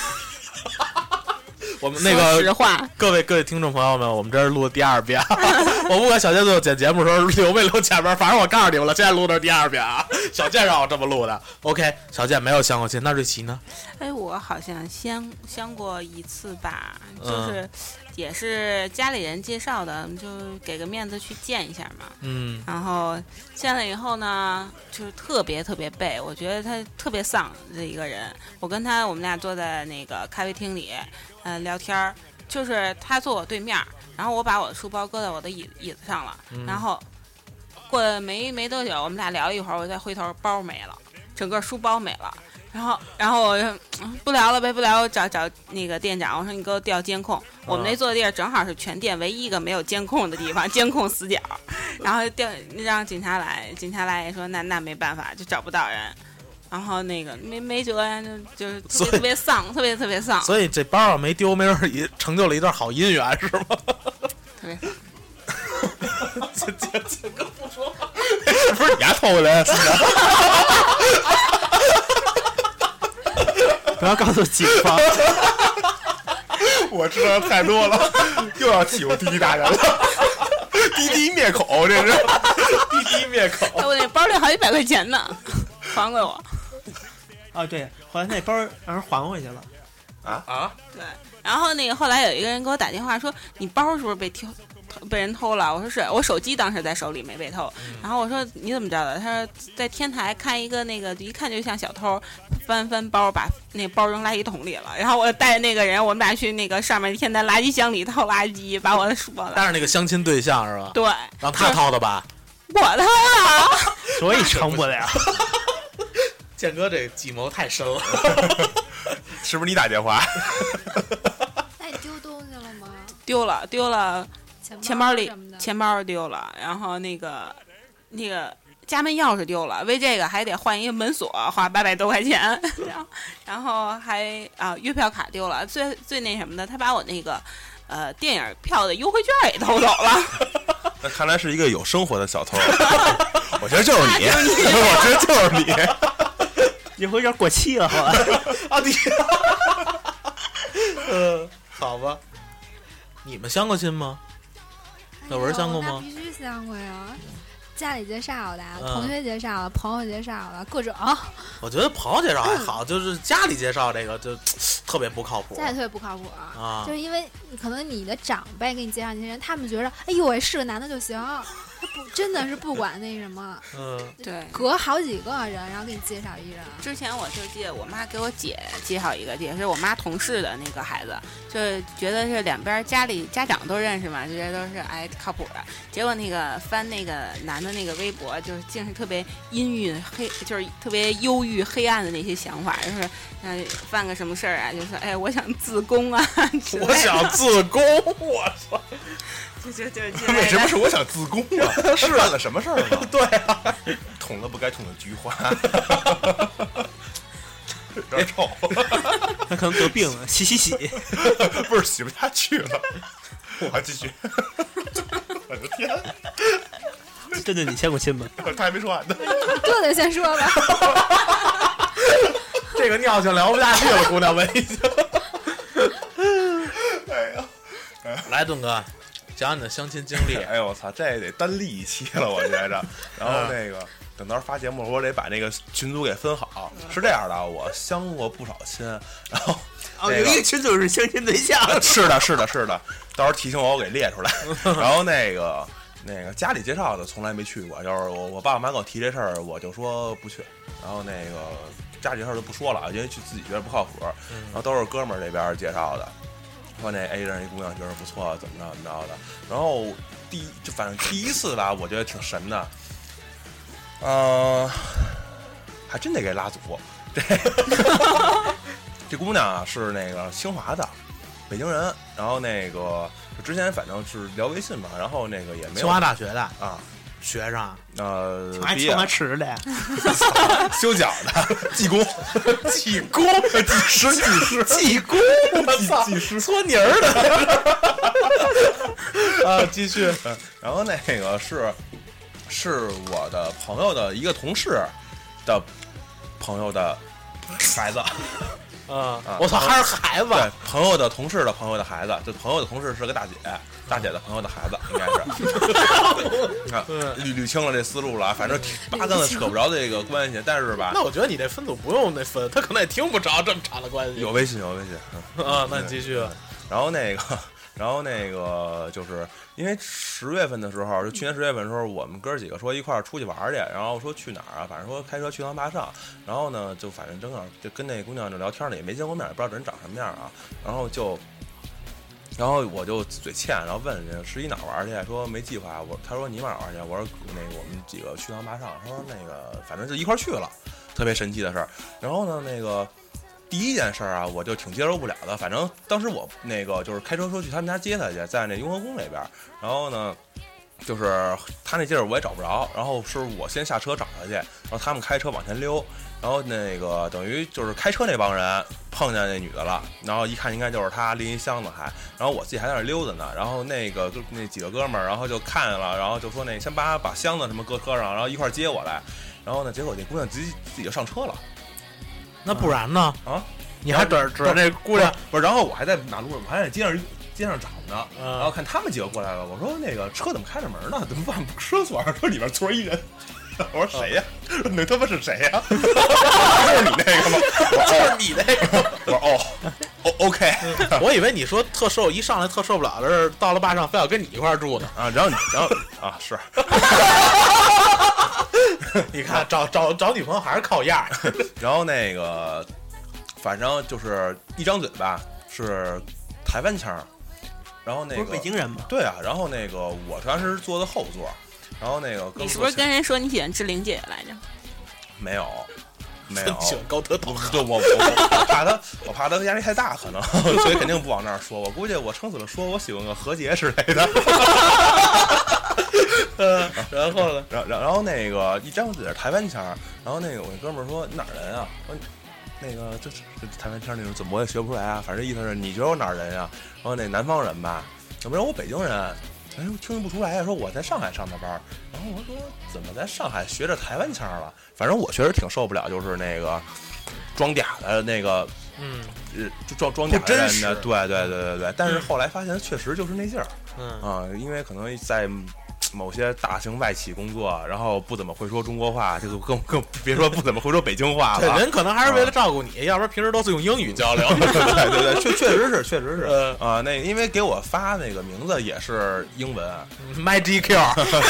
我们那个实话， 各位各位听众朋友们，我们这是录的第二遍，我不管小健最后剪节目的时候留没留前面，反正我告诉你们了，现在录的是第二遍啊。小健让我这么录的 ，OK， 小健没有相过亲，那瑞奇呢？ 哎，我好像相相过一次吧，就是也是家里人介绍的，就给个面子去见一下嘛。 嗯， 然后见了以后呢，就是特别特别背，我觉得他特别丧的一个人。我跟他，我们俩坐在那个咖啡厅里。呃，聊天儿，就是他坐我对面，然后我把我的书包搁在我的椅椅子上了， 嗯、 然后过没没多久，我们俩聊一会儿，我再回头包没了，整个书包没了， 然后，然后我就嗯不聊了呗，不聊，我找找那个店长，我说你给我调监控。我们那坐的地儿正好是全店唯一一个没有监控的地方，监控死角。然后调让警察来，警察来也说那那没办法，就找不到人。然后那个没没辙呀，就就是特别特别丧，特别特别丧。 所以这包没丢，没准也成就了一段好姻缘，是吗？ 特别。 这这这个不说话， 是不是你丫偷的？ 不要告诉警方。 我知道太多了，又要欺负滴滴大人了。滴滴灭口，这是滴滴灭口。 哎，我那包里好几百块钱呢，还给我。 哦，对，后来那包让人还回去了。 啊啊！ 对，然后那个后来有一个人给我打电话说，你包是不是被偷？被人偷了，我说是我手机当时在手里没被偷，然后我说你怎么知道的？他说在天台看一个那个一看就像小偷，翻翻包把那包扔垃圾桶里了，然后我带着那个人，我们俩去那个上面天台垃圾箱里掏垃圾，把我说了。 但是那个相亲对象是吧？ 对， 让他掏的吧？ 我掏了， 所以成不了。 建哥这计谋太深了， 是不是你打电话？ 那你丢东西了吗？ 丢了，丢了。钱包里钱包丢了，然后那个那个家门钥匙丢了，为这个还得换一个门锁，花八百多块钱。然后然后还啊月票卡丢了，最最那什么的，他把我那个呃电影票的优惠券也偷走了。 那看来是一个有生活的小偷。我觉得就是你，我觉得就是你。 优惠券过期了，后来啊你，呃，好吧，你们相过亲吗？小文相过吗？ 必须相过呀，家里介绍的， 嗯、 同学介绍的，朋友介绍的，各种。 我觉得朋友介绍还好，就是家里介绍这个就特别不靠谱。 家里特别不靠谱啊， 就是因为可能你的长辈给你介绍那些人，他们觉得，哎呦喂，是个男的就行，他不真的是不管那什么。 嗯， 对， 隔好几个人，然后给你介绍一人。 之前我就记得我妈给我姐介绍一个，也是我妈同事的那个孩子，就是觉得是两边家里家长都认识嘛，就觉得都是哎靠谱的。结果那个翻那个男的那个微博，就是竟是特别阴郁黑，就是特别忧郁黑暗的那些想法，就是嗯、呃、犯个什么事儿啊，就说哎我想自宫啊， 我想自宫，我操！ 就就就为什么是我想自宫啊？是干了什么事儿吗？ 对啊， 捅了不该捅的菊花，有点臭。 他可能得病了，洗洗洗， 不是洗不下去了。我继续。我的天！ 真的你相过亲吗？ 他还没说完呢。 这得先说吧。 这个尿性聊不下去了，姑娘们已经。 哎呀， 来，盾哥。讲讲你的相亲经历。 哎呦我操，这得单立一期了，我觉着。然后那个等到时候发节目，我得把那个群组给分好。是这样的，我相过不少亲，然后、那个、 哦，有一个群组是相亲对象。 是的，是的，是的。到时候提醒我，我给列出来。然后那个那个家里介绍的从来没去过，就是我我爸我妈给我提这事儿，我就说不去。然后那个家里介绍就不说了，因为去自己觉得不靠谱。然后都是哥们儿这边介绍的。说那 A 认识一姑娘，觉得不错，怎么着怎么着的。然后第一就反正第一次吧，我觉得挺神的。呃，还真得给拉祖。这这姑娘啊是那个清华的，北京人。然后那个之前反正是聊微信嘛，然后那个也没有清华大学的啊。 学生， 呃， 还清华吃的， 修脚的，技工， 技工， 技师，技师， 技工，我操， 技师搓泥儿的。啊，继续。 然后那个是是我的朋友的一个同事的朋友的孩子。 啊！我操，还是孩子？ 对，朋友的同事的朋友的孩子，就朋友的同事是个大姐，大姐的朋友的孩子，应该是。你看，捋捋清了这思路了，反正八竿子扯不着这个关系，但是吧， 那我觉得你这分组不用那分，他可能也听不着这么长的关系。 有微信，有微信。 嗯、啊，那你继续。 然后那个。然后那个就是因为十月份的时候，就去年十月份的时候，我们哥几个说一块儿出去玩去，然后说去哪儿啊？反正说开车去趟坝上，然后呢，就反正正好就跟那姑娘就聊天呢，也没见过面，也不知道这人长什么样啊。然后就，然后我就嘴欠，然后问人家十一哪儿玩去，说没计划。我他说你哪儿玩去？我说那个我们几个去趟坝上。他说那个反正就一块儿去了。 特别神奇的事儿。然后呢，那个第一件事儿啊，我就挺接受不了的。反正当时我那个就是开车说去他们家接他去，在那雍和宫那边。然后呢，就是他那地儿我也找不着，然后是我先下车找他去，然后他们开车往前溜。然后那个等于就是开车那帮人碰见那女的了，然后一看应该就是她拎一箱子还，然后我自己还在那溜达呢，然后那个那几个哥们儿，然后就看见了，然后就说那先把把箱子什么搁车上，然后一块儿接我来，然后呢，结果那姑娘自己自己就上车了。 那不然呢？ 啊， 你还指指着那姑娘？ 不是，然后我还在马路上，我还在街上街上找呢， 嗯、 然后看他们几个过来了，我说那个车怎么开着门呢？怎么把车锁上？车里边坐一人。我说谁呀、啊？那他妈是谁呀、啊？就是你那个吗？ 就是你那个。 我说哦，哦 OK。 我以为你说特受一上来特受不了的是到了坝上非要跟你一块儿住呢啊，然后你然后啊是， 你看找找找女朋友还是靠样儿。 然后那个反正就是一张嘴吧是台湾腔，然后那个不是北京人吗？ 对啊，然后那个我当时坐的后座。然后那个， 你是不是跟人说你喜欢志玲姐姐来着？ 没有，没有。 喜欢高德东。 对，我我我怕他，我怕他压力太大，可能，所以肯定不往那儿说。我估计我撑死了说我喜欢个何洁之类的。 嗯，然后呢？ 然然然后那个一张嘴是台湾腔，然后那个我那哥们儿说哪儿人啊？说那个这这台湾腔那种怎么我也学不出来啊？反正意思是你觉得我哪儿人啊？然后那南方人吧，要不然我北京人。哎，我听不出来呀！说我在上海上的班，然后我说怎么在上海学着台湾腔了？反正我确实挺受不了，就是那个装嗲的那个， 嗯， 就装装嗲的人的，对对对对对。但是后来发现确实就是那劲儿， 嗯啊，因为可能在某些大型外企工作，然后不怎么会说中国话，这就更更别说不怎么会说北京话了。 人可能还是为了照顾你，嗯、要不然平时都是用英语交流。 对对对，确确实是，确实是。呃、啊，那因为给我发那个名字也是英文 ，My G Q，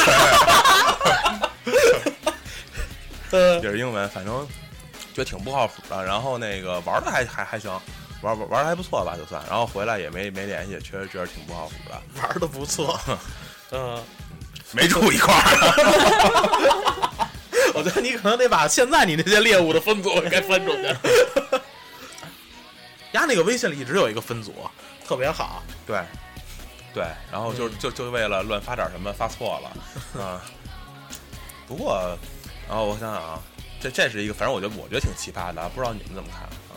也是英文，反正觉得挺不靠谱的。然后那个玩的还还还行。玩玩玩的还不错吧，就算。然后回来也没没联系，确实觉得挺不靠谱的。 玩的不错，嗯。 没住一块儿， 我觉得你可能得把现在你那些猎物的分组该分出去。丫那个微信里一直有一个分组，特别好。 对，对，然后就就就为了乱发点什么发错了啊。不过，然后我想想啊，这这是一个，反正我觉得我觉得挺奇葩的，不知道你们怎么看啊？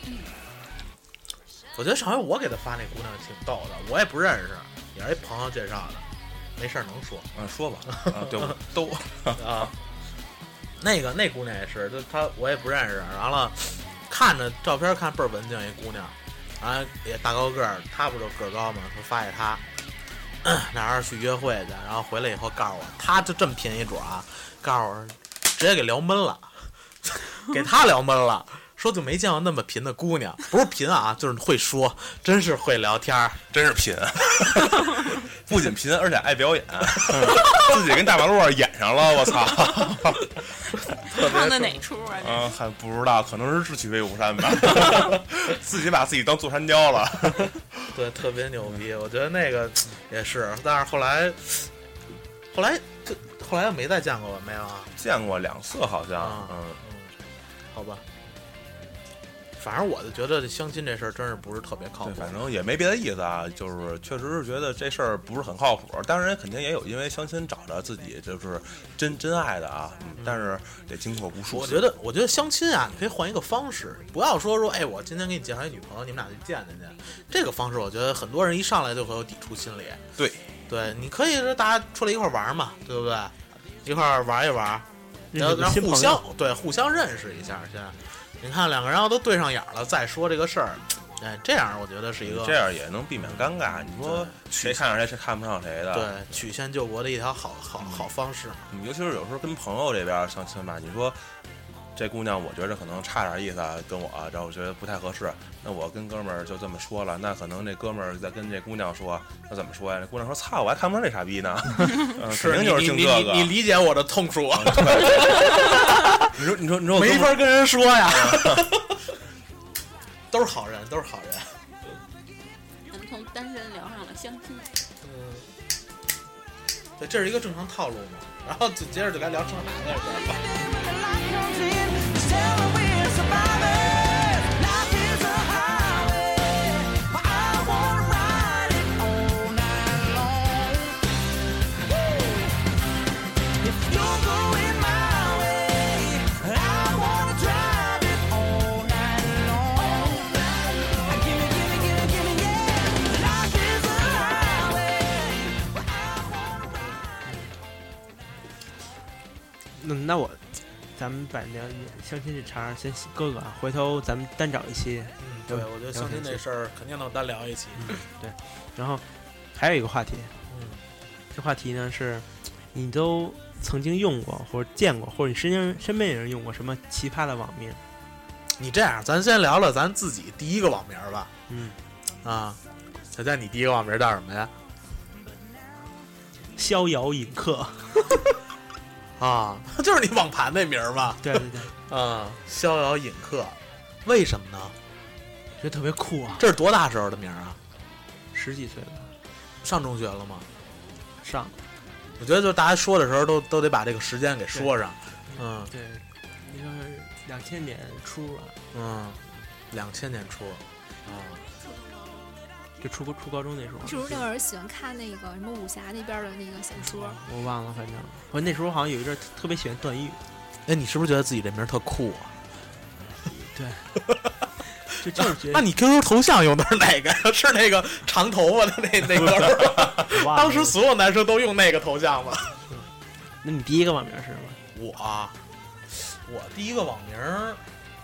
我觉得上回我给他发那姑娘挺逗的，我也不认识，也是一朋友介绍的。没事儿能说， 嗯，说吧，啊，对，都啊，那个那姑娘也是，就她我也不认识，完了看着照片看倍儿文静一姑娘，完了也大高个儿，她不就个儿高嘛，说发给她，俩人去约会去，然后回来以后告诉我，她就这么拼一桌啊，告诉我直接给聊闷了，给她聊闷了。说就没见过那么贫的姑娘，不是贫啊，就是会说，真是会聊天， 真是贫，不仅贫，而且爱表演，自己跟大马路上演上了，我操！ 唱的哪出啊？ 嗯，还不知道，可能是智取威虎山吧，自己把自己当座山雕了。 对，特别牛逼，我觉得那个也是，但是后来，后来就后来没再见过没有啊？ 见过两次好像， 啊、 嗯嗯，好吧。反正我就觉得这相亲这事儿真是不是特别靠谱。 反正也没别的意思啊，就是确实是觉得这事儿不是很靠谱。当然肯定也有因为相亲找着自己就是真真爱的啊，嗯，但是得经过无数。 我觉得，我觉得相亲啊，你可以换一个方式，不要说说，哎，我今天给你介绍一女朋友，你们俩去见见去。这个方式，我觉得很多人一上来就会有抵触心理。 对， 对，你可以说大家出来一块玩嘛，对不对？一块玩一玩，然后然后互相对互相认识一下先。你看两个人要都对上眼了，再说这个事儿，哎，这样我觉得是一个， 这样也能避免尴尬。你说谁看上谁，谁看不上谁的？ 对，曲线救国的一条好好好方式。 嗯，尤其是有时候跟朋友这边相亲吧，你说这姑娘我觉得可能差点意思，啊，跟我，然后我觉得不太合适。那我跟哥们儿就这么说了，那可能这哥们儿再跟这姑娘说，那怎么说呀？这姑娘说：“操，我还看不上这傻逼呢。”嗯，肯定就是听这个。 你你理解我的痛处。 你说你说你说， 没法跟人说呀。都是好人，都是好人。 咱们从单身聊上了相亲。 嗯，对，这是一个正常套路嘛。然后紧接着就该聊生孩子了。 tell me we're survivors. Life is a highway, I wanna ride it all night long. If you're going my way, I wanna drive it all night long. Gimme, gimme, gimme, gimme, yeah. Life is a highway, I wanna ride. 那那我，咱们把那相亲这茬先搁搁啊，回头咱们单找一期。 嗯，对，我觉得相亲这事儿肯定能单聊一期。 对，然后还有一个话题， 嗯， 这话题呢是，你都曾经用过或者见过，或者你身边身边有人用过什么奇葩的网名？ 你这样，咱先聊聊咱自己第一个网名吧。 嗯， 啊，小佳，你第一个网名叫什么呀？ 逍遥饮客。 啊，就是你网盘那名儿嘛。 对对对， 啊，逍遥饮客，为什么呢？ 觉得特别酷啊！ 这是多大时候的名儿啊？ 十几岁了， 上中学了吗？ 上。 我觉得就是大家说的时候都都得把这个时间给说上。嗯， 对，应该是两千年初吧。 嗯，两千年初。啊， 就初初高中那时候。 是不是那会儿喜欢看那个什么武侠那边的那个小说？ 我忘了，反正我那时候好像有一阵特别喜欢段誉。 哎，你是不是觉得自己这名儿特酷啊？ 对。就就是觉得， 那你 Q Q 头像用的是哪个呀？是那个长头发的那那个？当时所有男生都用那个头像吗？ 那你第一个网名是什么？ 我啊，我第一个网名儿，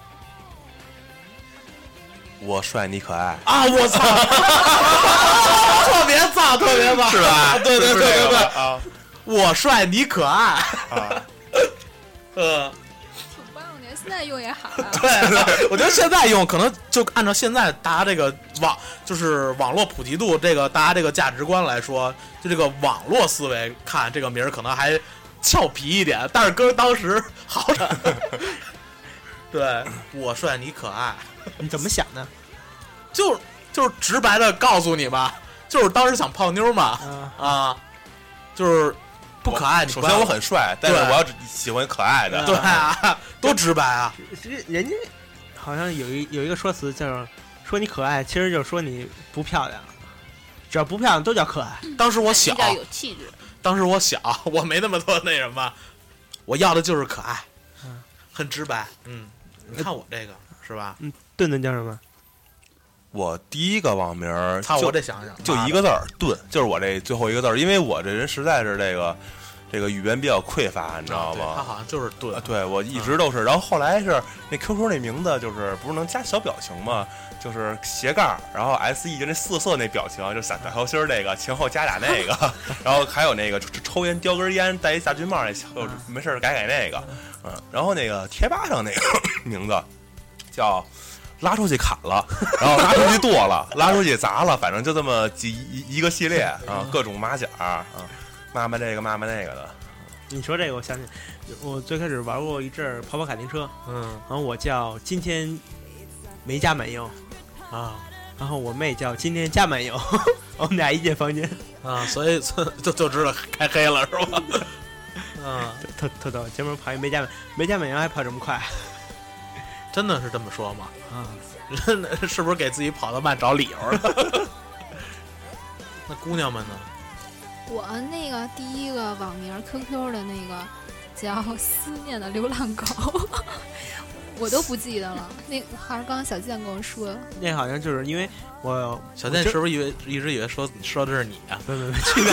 我帅你可爱啊！我操，特别燥，特别燥， 是吧？ 对对对对对啊！ 我帅你可爱啊！呃。 现在用也好啊。 对，我觉得现在用可能就按照现在大家这个网就是网络普及度，这个大家这个价值观来说，就这个网络思维看这个名儿可能还俏皮一点，但是搁当时好着。对，我帅你可爱， 你怎么想的？ 就就是直白的告诉你吧，就是当时想泡妞嘛， 啊， 啊就是不可爱。 首先我很帅，但是我要喜欢可爱的。 对啊，多直白啊！ 其实人家好像有一有一个说辞叫说你可爱，其实就是说你不漂亮，只要不漂亮都叫可爱。 当时我小， 比较有气质。 当时我小，我没那么多那什么，我要的就是可爱，很直白。嗯，你看我这个是吧？ 嗯，顿顿叫什么？ 我第一个网名儿， 操，我这想想， 就一个字儿，顿，就是我这最后一个字儿，因为我这人实在是这个。这个语言比较匮乏，你知道吗？ 他好像就是顿、 啊，对我一直都是。嗯、然后后来是那 Q Q 那名字，就是不是能加小表情吗？就是斜杠，然后 S E 就那四色那表情，就三条心儿那个，前后加俩那个，然后还有那个抽烟叼根烟戴一大军帽那，没事改改那个，嗯，然后那个贴吧上那个名字叫。拉出去砍了，然后拉出去剁了，拉出去砸了，反正就这么几一一个系列啊，各种马甲啊，骂骂这个骂骂那个的。 你说这个，我想起我最开始玩过一阵儿跑跑卡丁车， 嗯， 然后我叫今天没加满油啊， 然后我妹叫今天加满油，我们俩一间房间啊，所以就就知道开黑了是吧？嗯， 特特逗，前面跑一没加满没加满油还跑这么快。 真的是这么说吗？ 啊， 是不是给自己跑得慢找理由了？那姑娘们呢？ 我那个第一个网名 Q Q 的那个叫思念的流浪狗，我都不记得了。那还是刚刚小健跟我说， 那好像就是因为我小健是不是以为一直以为说说的是你啊？ 不不不，去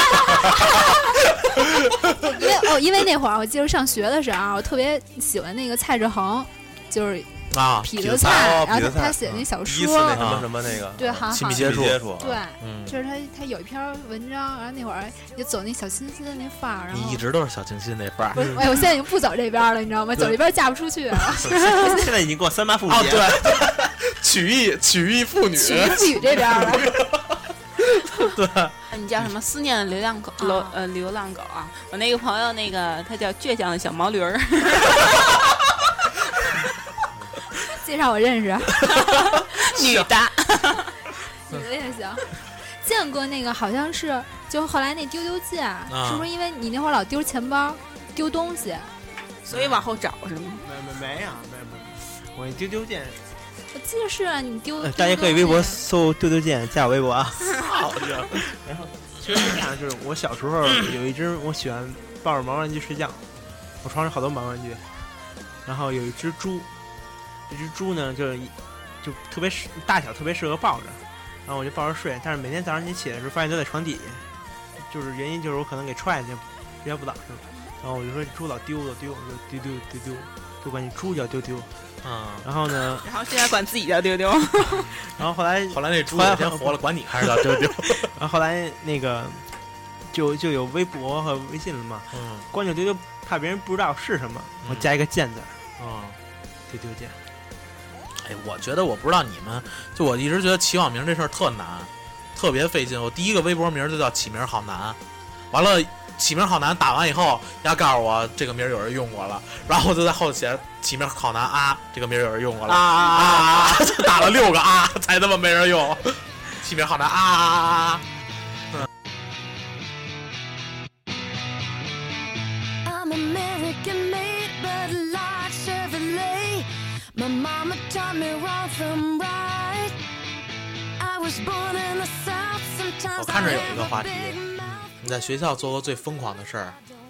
因为哦，因为那会儿我记得上学的时候，我特别喜欢那个蔡志恒。就是啊， 痞子蔡， 然后他写那小说， 第一次那什么什么那个， 对，好好亲密接触， 对，就是他他有一篇文章，然后那会儿也走那小清新的那范儿，然后你一直都是小清新那范儿。 不是，哎，我现在已经不走这边了，你知道吗？走这边嫁不出去了。 现在已经过三八妇女啊，对，曲艺曲艺妇女， 曲艺妇女这边了。 对， 你叫什么？思念的流浪狗，流呃流浪狗啊！我那个朋友，那个他叫倔强的小毛驴儿。 介绍我认识， 女的， 女的也行。见过那个好像是，就后来那丢丢剑，啊、是不是因为你那会儿老丢钱包、丢东西， 所以往后找是吗？ 没没没有没有没有，我丢丢剑， 我记得是啊，你丢。 呃大家可以微博搜丢丢剑，加我微博啊。 好家伙！ 然后其实是这样，就是我小时候有一只我喜欢抱着毛玩具睡觉，我床上好多毛玩具，然后有一只猪，这只猪呢就是就特别适大小特别适合抱着，然后我就抱着睡，但是每天早上你起来的时候发现都在床底下，就是原因就是我可能给踹下去，睡觉不老实，然后我就说猪老丢了丢，我就丢丢丢丢，就管你猪叫丢丢。 嗯， 然后呢？ 然后现在管自己叫丢丢。 然后后来， 后来那猪有天活了，管你还是叫丢丢。 然后后来那个就就有微博和微信了嘛。 嗯， 光叫丢丢，怕别人不知道是什么，嗯、我加一个键字。 嗯， 丢丢键。 哎，我觉得我不知道你们，就我一直觉得起网名这事儿特难，特别费劲。我第一个微博名就叫起名好难，完了。起名好难打完以后，丫告诉我这个名有人用过了，然后我就在后写起名好难啊，这个名有人用过了啊啊啊，就打了六个啊，才他妈没人用。起名好难啊啊啊！嗯。I'm American made, but a large Chevrolet. My mama taught me wrong from right. I was born in the South. Sometimes 我看着有一个话题。你在学校做过最疯狂的事儿？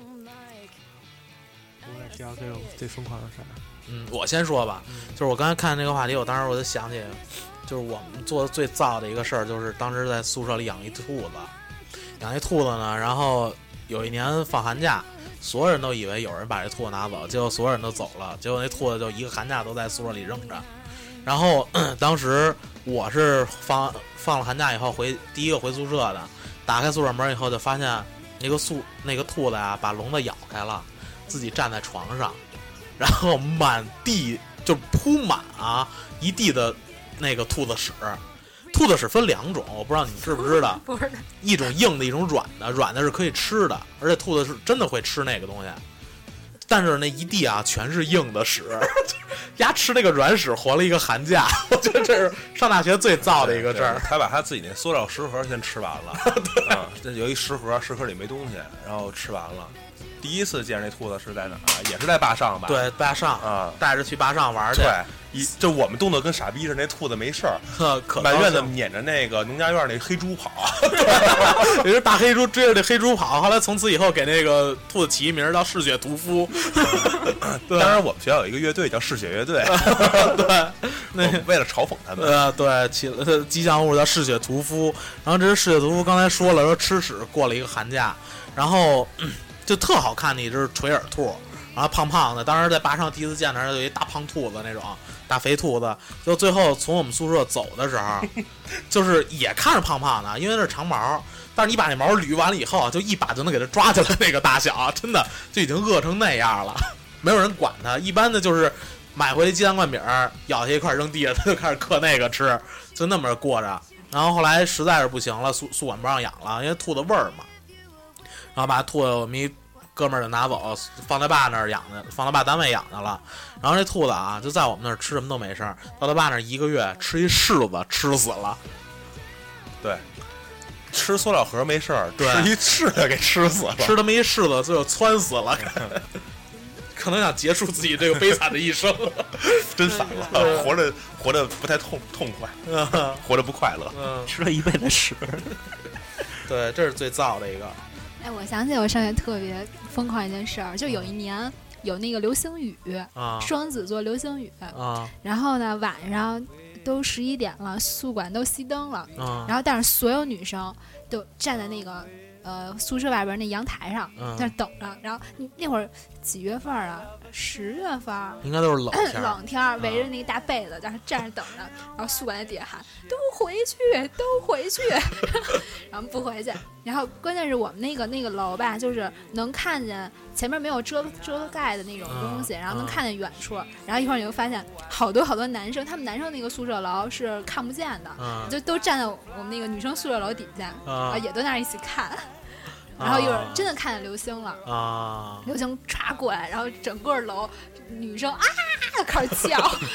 我在学校最最疯狂的事儿。 嗯，我先说吧，就是我刚才看这个话题，我当时我就想起，就是我们做的最燥的一个事儿，就是当时在宿舍里养一兔子，养一兔子呢，然后有一年放寒假，所有人都以为有人把这兔子拿走，结果所有人都走了，结果那兔子就一个寒假都在宿舍里扔着。然后当时我是放放了寒假以后回第一个回宿舍的。打开宿舍门以后，就发现那个宿那个兔子呀，把笼子咬开了，自己站在床上，然后满地就铺满啊一地的那个兔子屎。兔子屎分两种，我不知道你知不知道， 不是一种硬的，一种软的。软的是可以吃的，而且兔子是真的会吃那个东西。但是那一地啊，全是硬的屎，丫吃那个软屎活了一个寒假，我觉得这是上大学最燥的一个事儿。 他把他自己那塑料食盒先吃完了，对，这、嗯、有一食盒，食盒里没东西，然后吃完了。第一次见这兔子是在哪儿？也是在坝上吧？ 对，坝上啊，带着去坝上玩去。 对，一就我们动作跟傻逼似的，那兔子没事儿， 可满院子撵着那个农家院那黑猪跑， 有只大黑猪追着那黑猪跑。后来从此以后给那个兔子起一名叫嗜血屠夫。 当然，我们学校有一个乐队叫嗜血乐队， 对，那为了嘲讽他们， 呃，对，起了吉祥物叫嗜血屠夫。然后这是嗜血屠夫，刚才说了，说吃屎过了一个寒假，然后。嗯就特好看的一只垂耳兔，然后胖胖的。当时在坝上第一次见着有一大胖兔子那种大肥兔子，就最后从我们宿舍走的时候，就是也看着胖胖的，因为那是长毛，但是你把那毛捋完了以后，就一把就能给它抓起来那个大小，真的就已经饿成那样了，没有人管它。一般的就是买回来鸡蛋灌饼，咬下一块扔地上，它就开始嗑那个吃，就那么着过着。然后后来实在是不行了，宿宿管不让养了，因为兔子味儿嘛。然后把兔子我们一哥们儿就拿走，放他爸那儿养的，放他爸单位养的了。然后这兔子啊，就在我们那儿吃什么都没事儿，到他爸那儿一个月吃一柿子吃死了。 对，吃塑料盒没事儿， 对， 吃一柿子给吃死了， 吃他妈一柿子最后窜死了。可能想结束自己这个悲惨的一生， 真惨了，活着活着不太痛痛快，活着不快乐， 嗯， 吃了一辈子屎。 对，这是最燥的一个。 哎，我想起我上学特别疯狂一件事儿，就有一年有那个流星雨， 啊， 双子座流星雨啊， 然后呢晚上都十一点了，宿管都熄灯了， 啊， 然后但是所有女生都站在那个呃宿舍外边那阳台上， 嗯， 在那等着。然后那会儿几月份啊？十月份， 应该都是冷天， 冷天，围着那个大被子，然后站着等着。然后宿管在底下喊：“都回去，都回去。”然后不回去。然后关键是我们那个那个楼吧，就是能看见前面没有遮遮盖的那种东西， 嗯， 然后能看见远处。然后一会儿你就发现好多好多男生，他们男生那个宿舍楼是看不见的， 嗯， 就都站在我们那个女生宿舍楼底下， 嗯， 啊，也都在那儿一起看。然后一会儿真的看见流星了啊！ 流星歘过来，然后整个楼女生啊开始叫，然后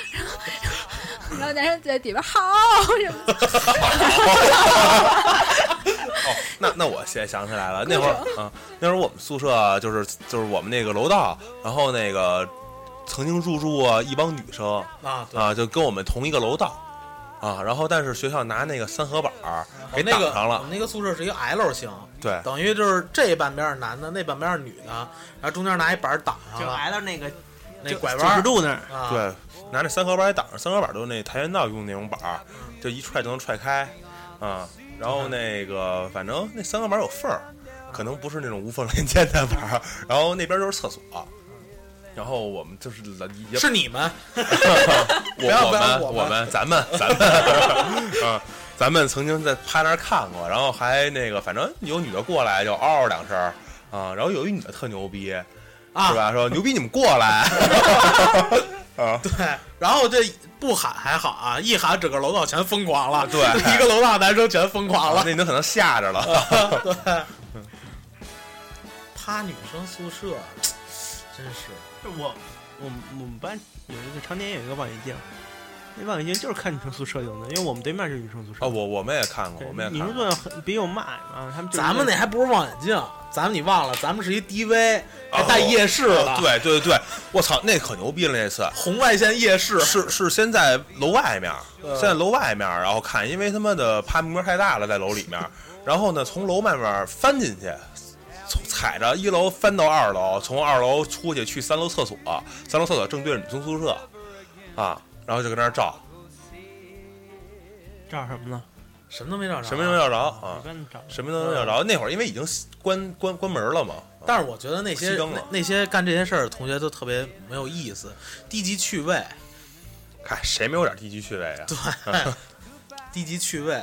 然后男生在底边好什么的， 好哦，那那我现在想起来了，那会儿啊，那会儿我们宿舍就是就是我们那个楼道，然后那个曾经入住过一帮女生啊啊，就跟我们同一个楼道啊，然后但是学校拿那个三合板儿给那个挡上了。 我们那个宿舍是一个 L 型， 对， 等于就是这半边是男的，那半边是女的，然后中间拿一板挡上就了， 挨到那个那拐九十弯度那儿。 啊， 对，拿那三合板也挡上，三合板都是那跆拳道用那种板儿，就一踹就能踹开啊。然后那个反正那三合板有缝儿，可能不是那种无缝连接的板儿。然后那边就是厕所，然后我们就是也是你们， 我要不要我们我们我们咱们咱们啊，咱们曾经在趴那儿看过，然后还那个反正有女的过来就嗷嗷两声啊，然后有一女的特牛逼。 啊， 是吧？说牛逼，你们过来啊！ 对，然后这不喊还好啊，一喊整个楼道全疯狂了， 对， 一个楼道男生全疯狂了， 那你可能吓着了。 对，趴女生宿舍，真是我我们我们班有一个常年有一个望远镜，那望远镜就是看女生宿舍用的，因为我们对面就是女生宿舍。 啊，我我们也看过，我们也看过。 女生宿舍很比我慢啊，他们咱们那还不是望远镜，咱们你忘了，咱们是一 D V， 还带夜视了。 哦对对对，我操，那可牛逼了那次。 红外线夜视是是先在楼外面， 呃先在楼外面，然后看，因为他妈的怕明门太大了，在楼里面，然后呢从楼外面翻进去。从踩着一楼翻到二楼，从二楼出去去三楼厕所，三楼厕所正对着女生宿舍，啊，然后就跟那儿照， 照什么呢？ 什么都没照着， 什么都没照着啊， 一般照什么都没照着。那会儿因为已经关关关门了嘛， 但是我觉得那些那那些干这些事儿的同学都特别没有意思，低级趣味。 嗨，谁没有点低级趣味啊？ 对，低级趣味。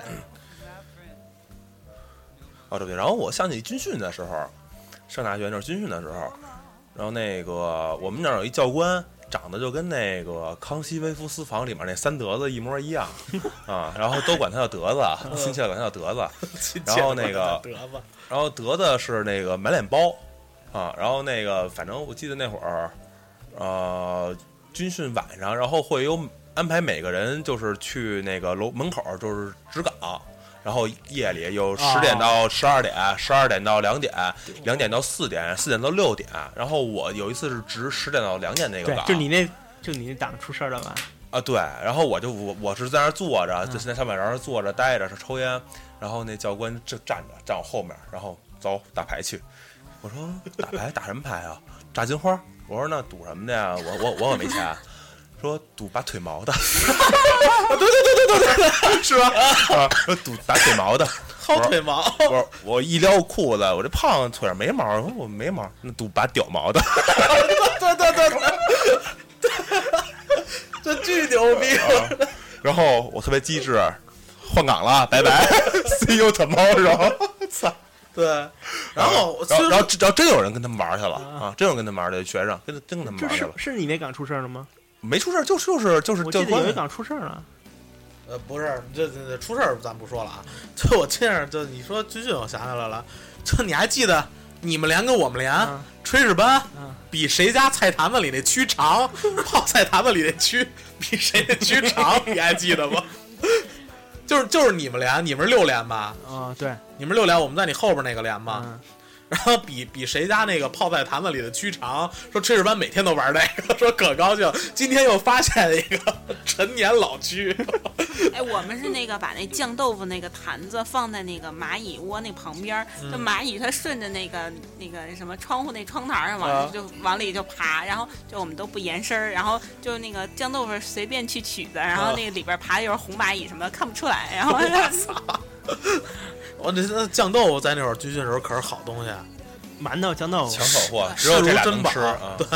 哦，对对，然后我想起军训的时候，上大学那是军训的时候，然后那个我们那儿有一教官，长得就跟那个《康熙微服私访》里面那三德子一模一样啊，然后都管他叫德子，亲切地管他叫德子。然后那个德子， 然后德子是那个满脸包啊，然后那个反正我记得那会儿，呃，军训晚上，然后会有安排每个人就是去那个楼门口就是值岗。然后夜里有十点到十二点，十二点到两点，两点到四点，四点到六点。然后我有一次是值十点到两点那个岗， 就你那，就你那档出事儿了吧？ 啊，对。然后我就我我是在那儿坐着，就在上面上坐着待着是抽烟。然后那教官正站着站我后面，然后走打牌去。我说打牌打什么牌啊？炸金花。我说那赌什么的呀？我我我可没钱。说赌拔腿毛的，对对对对对对，是吧？啊，说赌拔腿毛的， 薅腿毛。 我我一撩裤子，我这胖子腿上没毛，我说我没毛，那赌拔屌毛的， 对对对对，这巨牛逼。 啊。然后我特别机智，换岗了，拜拜，see you tomorrow。操。 对，然后然后然后然后真有人跟他们玩去了啊！真有人跟他们玩的学生，跟真跟他们玩去了。 是是你那岗出事了吗？ 没出事，就就是就是我记得有一岗出事了。 呃，不是，这这这出事儿咱不说了啊。就我这样，就你说军训，我想起来了，就你还记得你们连跟我们连、嗯、炊事班、嗯、比谁家菜坛子里那蛆长，泡菜坛子里那蛆比谁的蛆长，你还记得吗？就是就是你们连，你们是六连吧？ 啊、哦，对， 你们六连，我们在你后边那个连嘛。 嗯， 然后比比谁家那个泡菜坛子里的蛆长，说炊事班每天都玩那个，说可高兴，今天又发现了一个陈年老蛆。 哎，我们是那个把那酱豆腐那个坛子放在那个蚂蚁窝那旁边，嗯、就蚂蚁它顺着那个那个什么窗户那窗台上往、啊、就往里就爬，然后就我们都不延伸，然后就那个酱豆腐随便去取的，然后那个里边爬的就是红蚂蚁什么的看不出来，然后操。我这酱豆腐在那会儿军训的时候可是好东西， 馒头酱豆腐抢手货，只有这俩能吃啊。 对。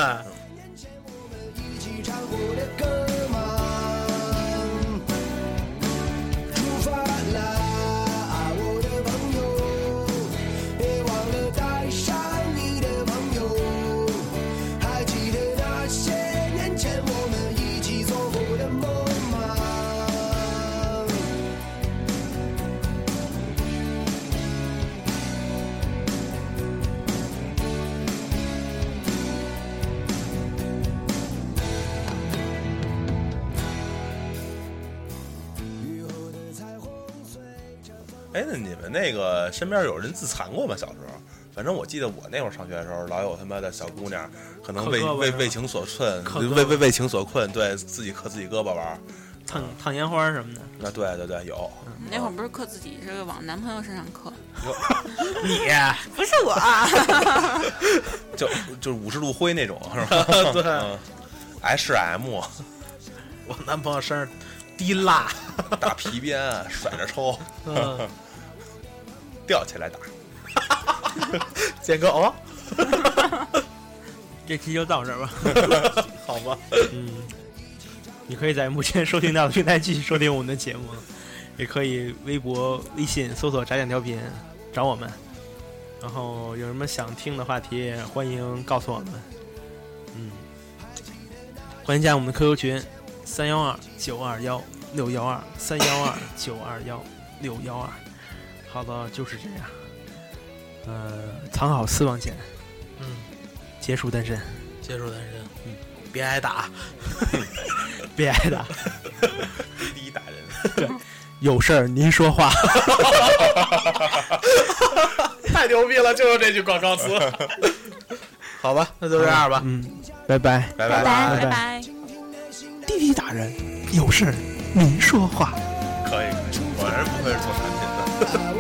哎，那你们那个身边有人自残过吗？小时候？反正我记得我那会儿上学的时候，老有他妈的小姑娘，可能为为为情所困，为为为情所困，对自己磕自己胳膊玩， 烫烫烟花什么的。 那对对对，有。 嗯、那会儿不是磕自己，是往男朋友身上磕。 你不是我， 就就是五十度灰那种，是吧？ 对、 嗯、，H M， 我男朋友身上滴蜡， 大皮鞭甩着抽， 嗯， 吊起来打。 建哥哦， 这期就到这儿吧， 好吧。 嗯，你可以在目前收听到的平台继续收听我们的节目，也可以微博、微信搜索“炸酱调频”找我们。然后有什么想听的话题，欢迎告诉我们。嗯，欢迎加我们的 Q Q 群三幺二九二幺六幺二三幺二九二幺六幺二。好的，就是这样。呃，藏好私房钱， 嗯， 结束单身， 结束单身，嗯，别挨打， 别挨打， 滴滴打人， 对，有事儿您说话， 太牛逼了，就是这句广告词。好吧，那就这样吧， 嗯，拜拜， 拜拜拜拜拜。 滴滴打人，有事儿您说话。 可以可以，果然不愧是做产品的。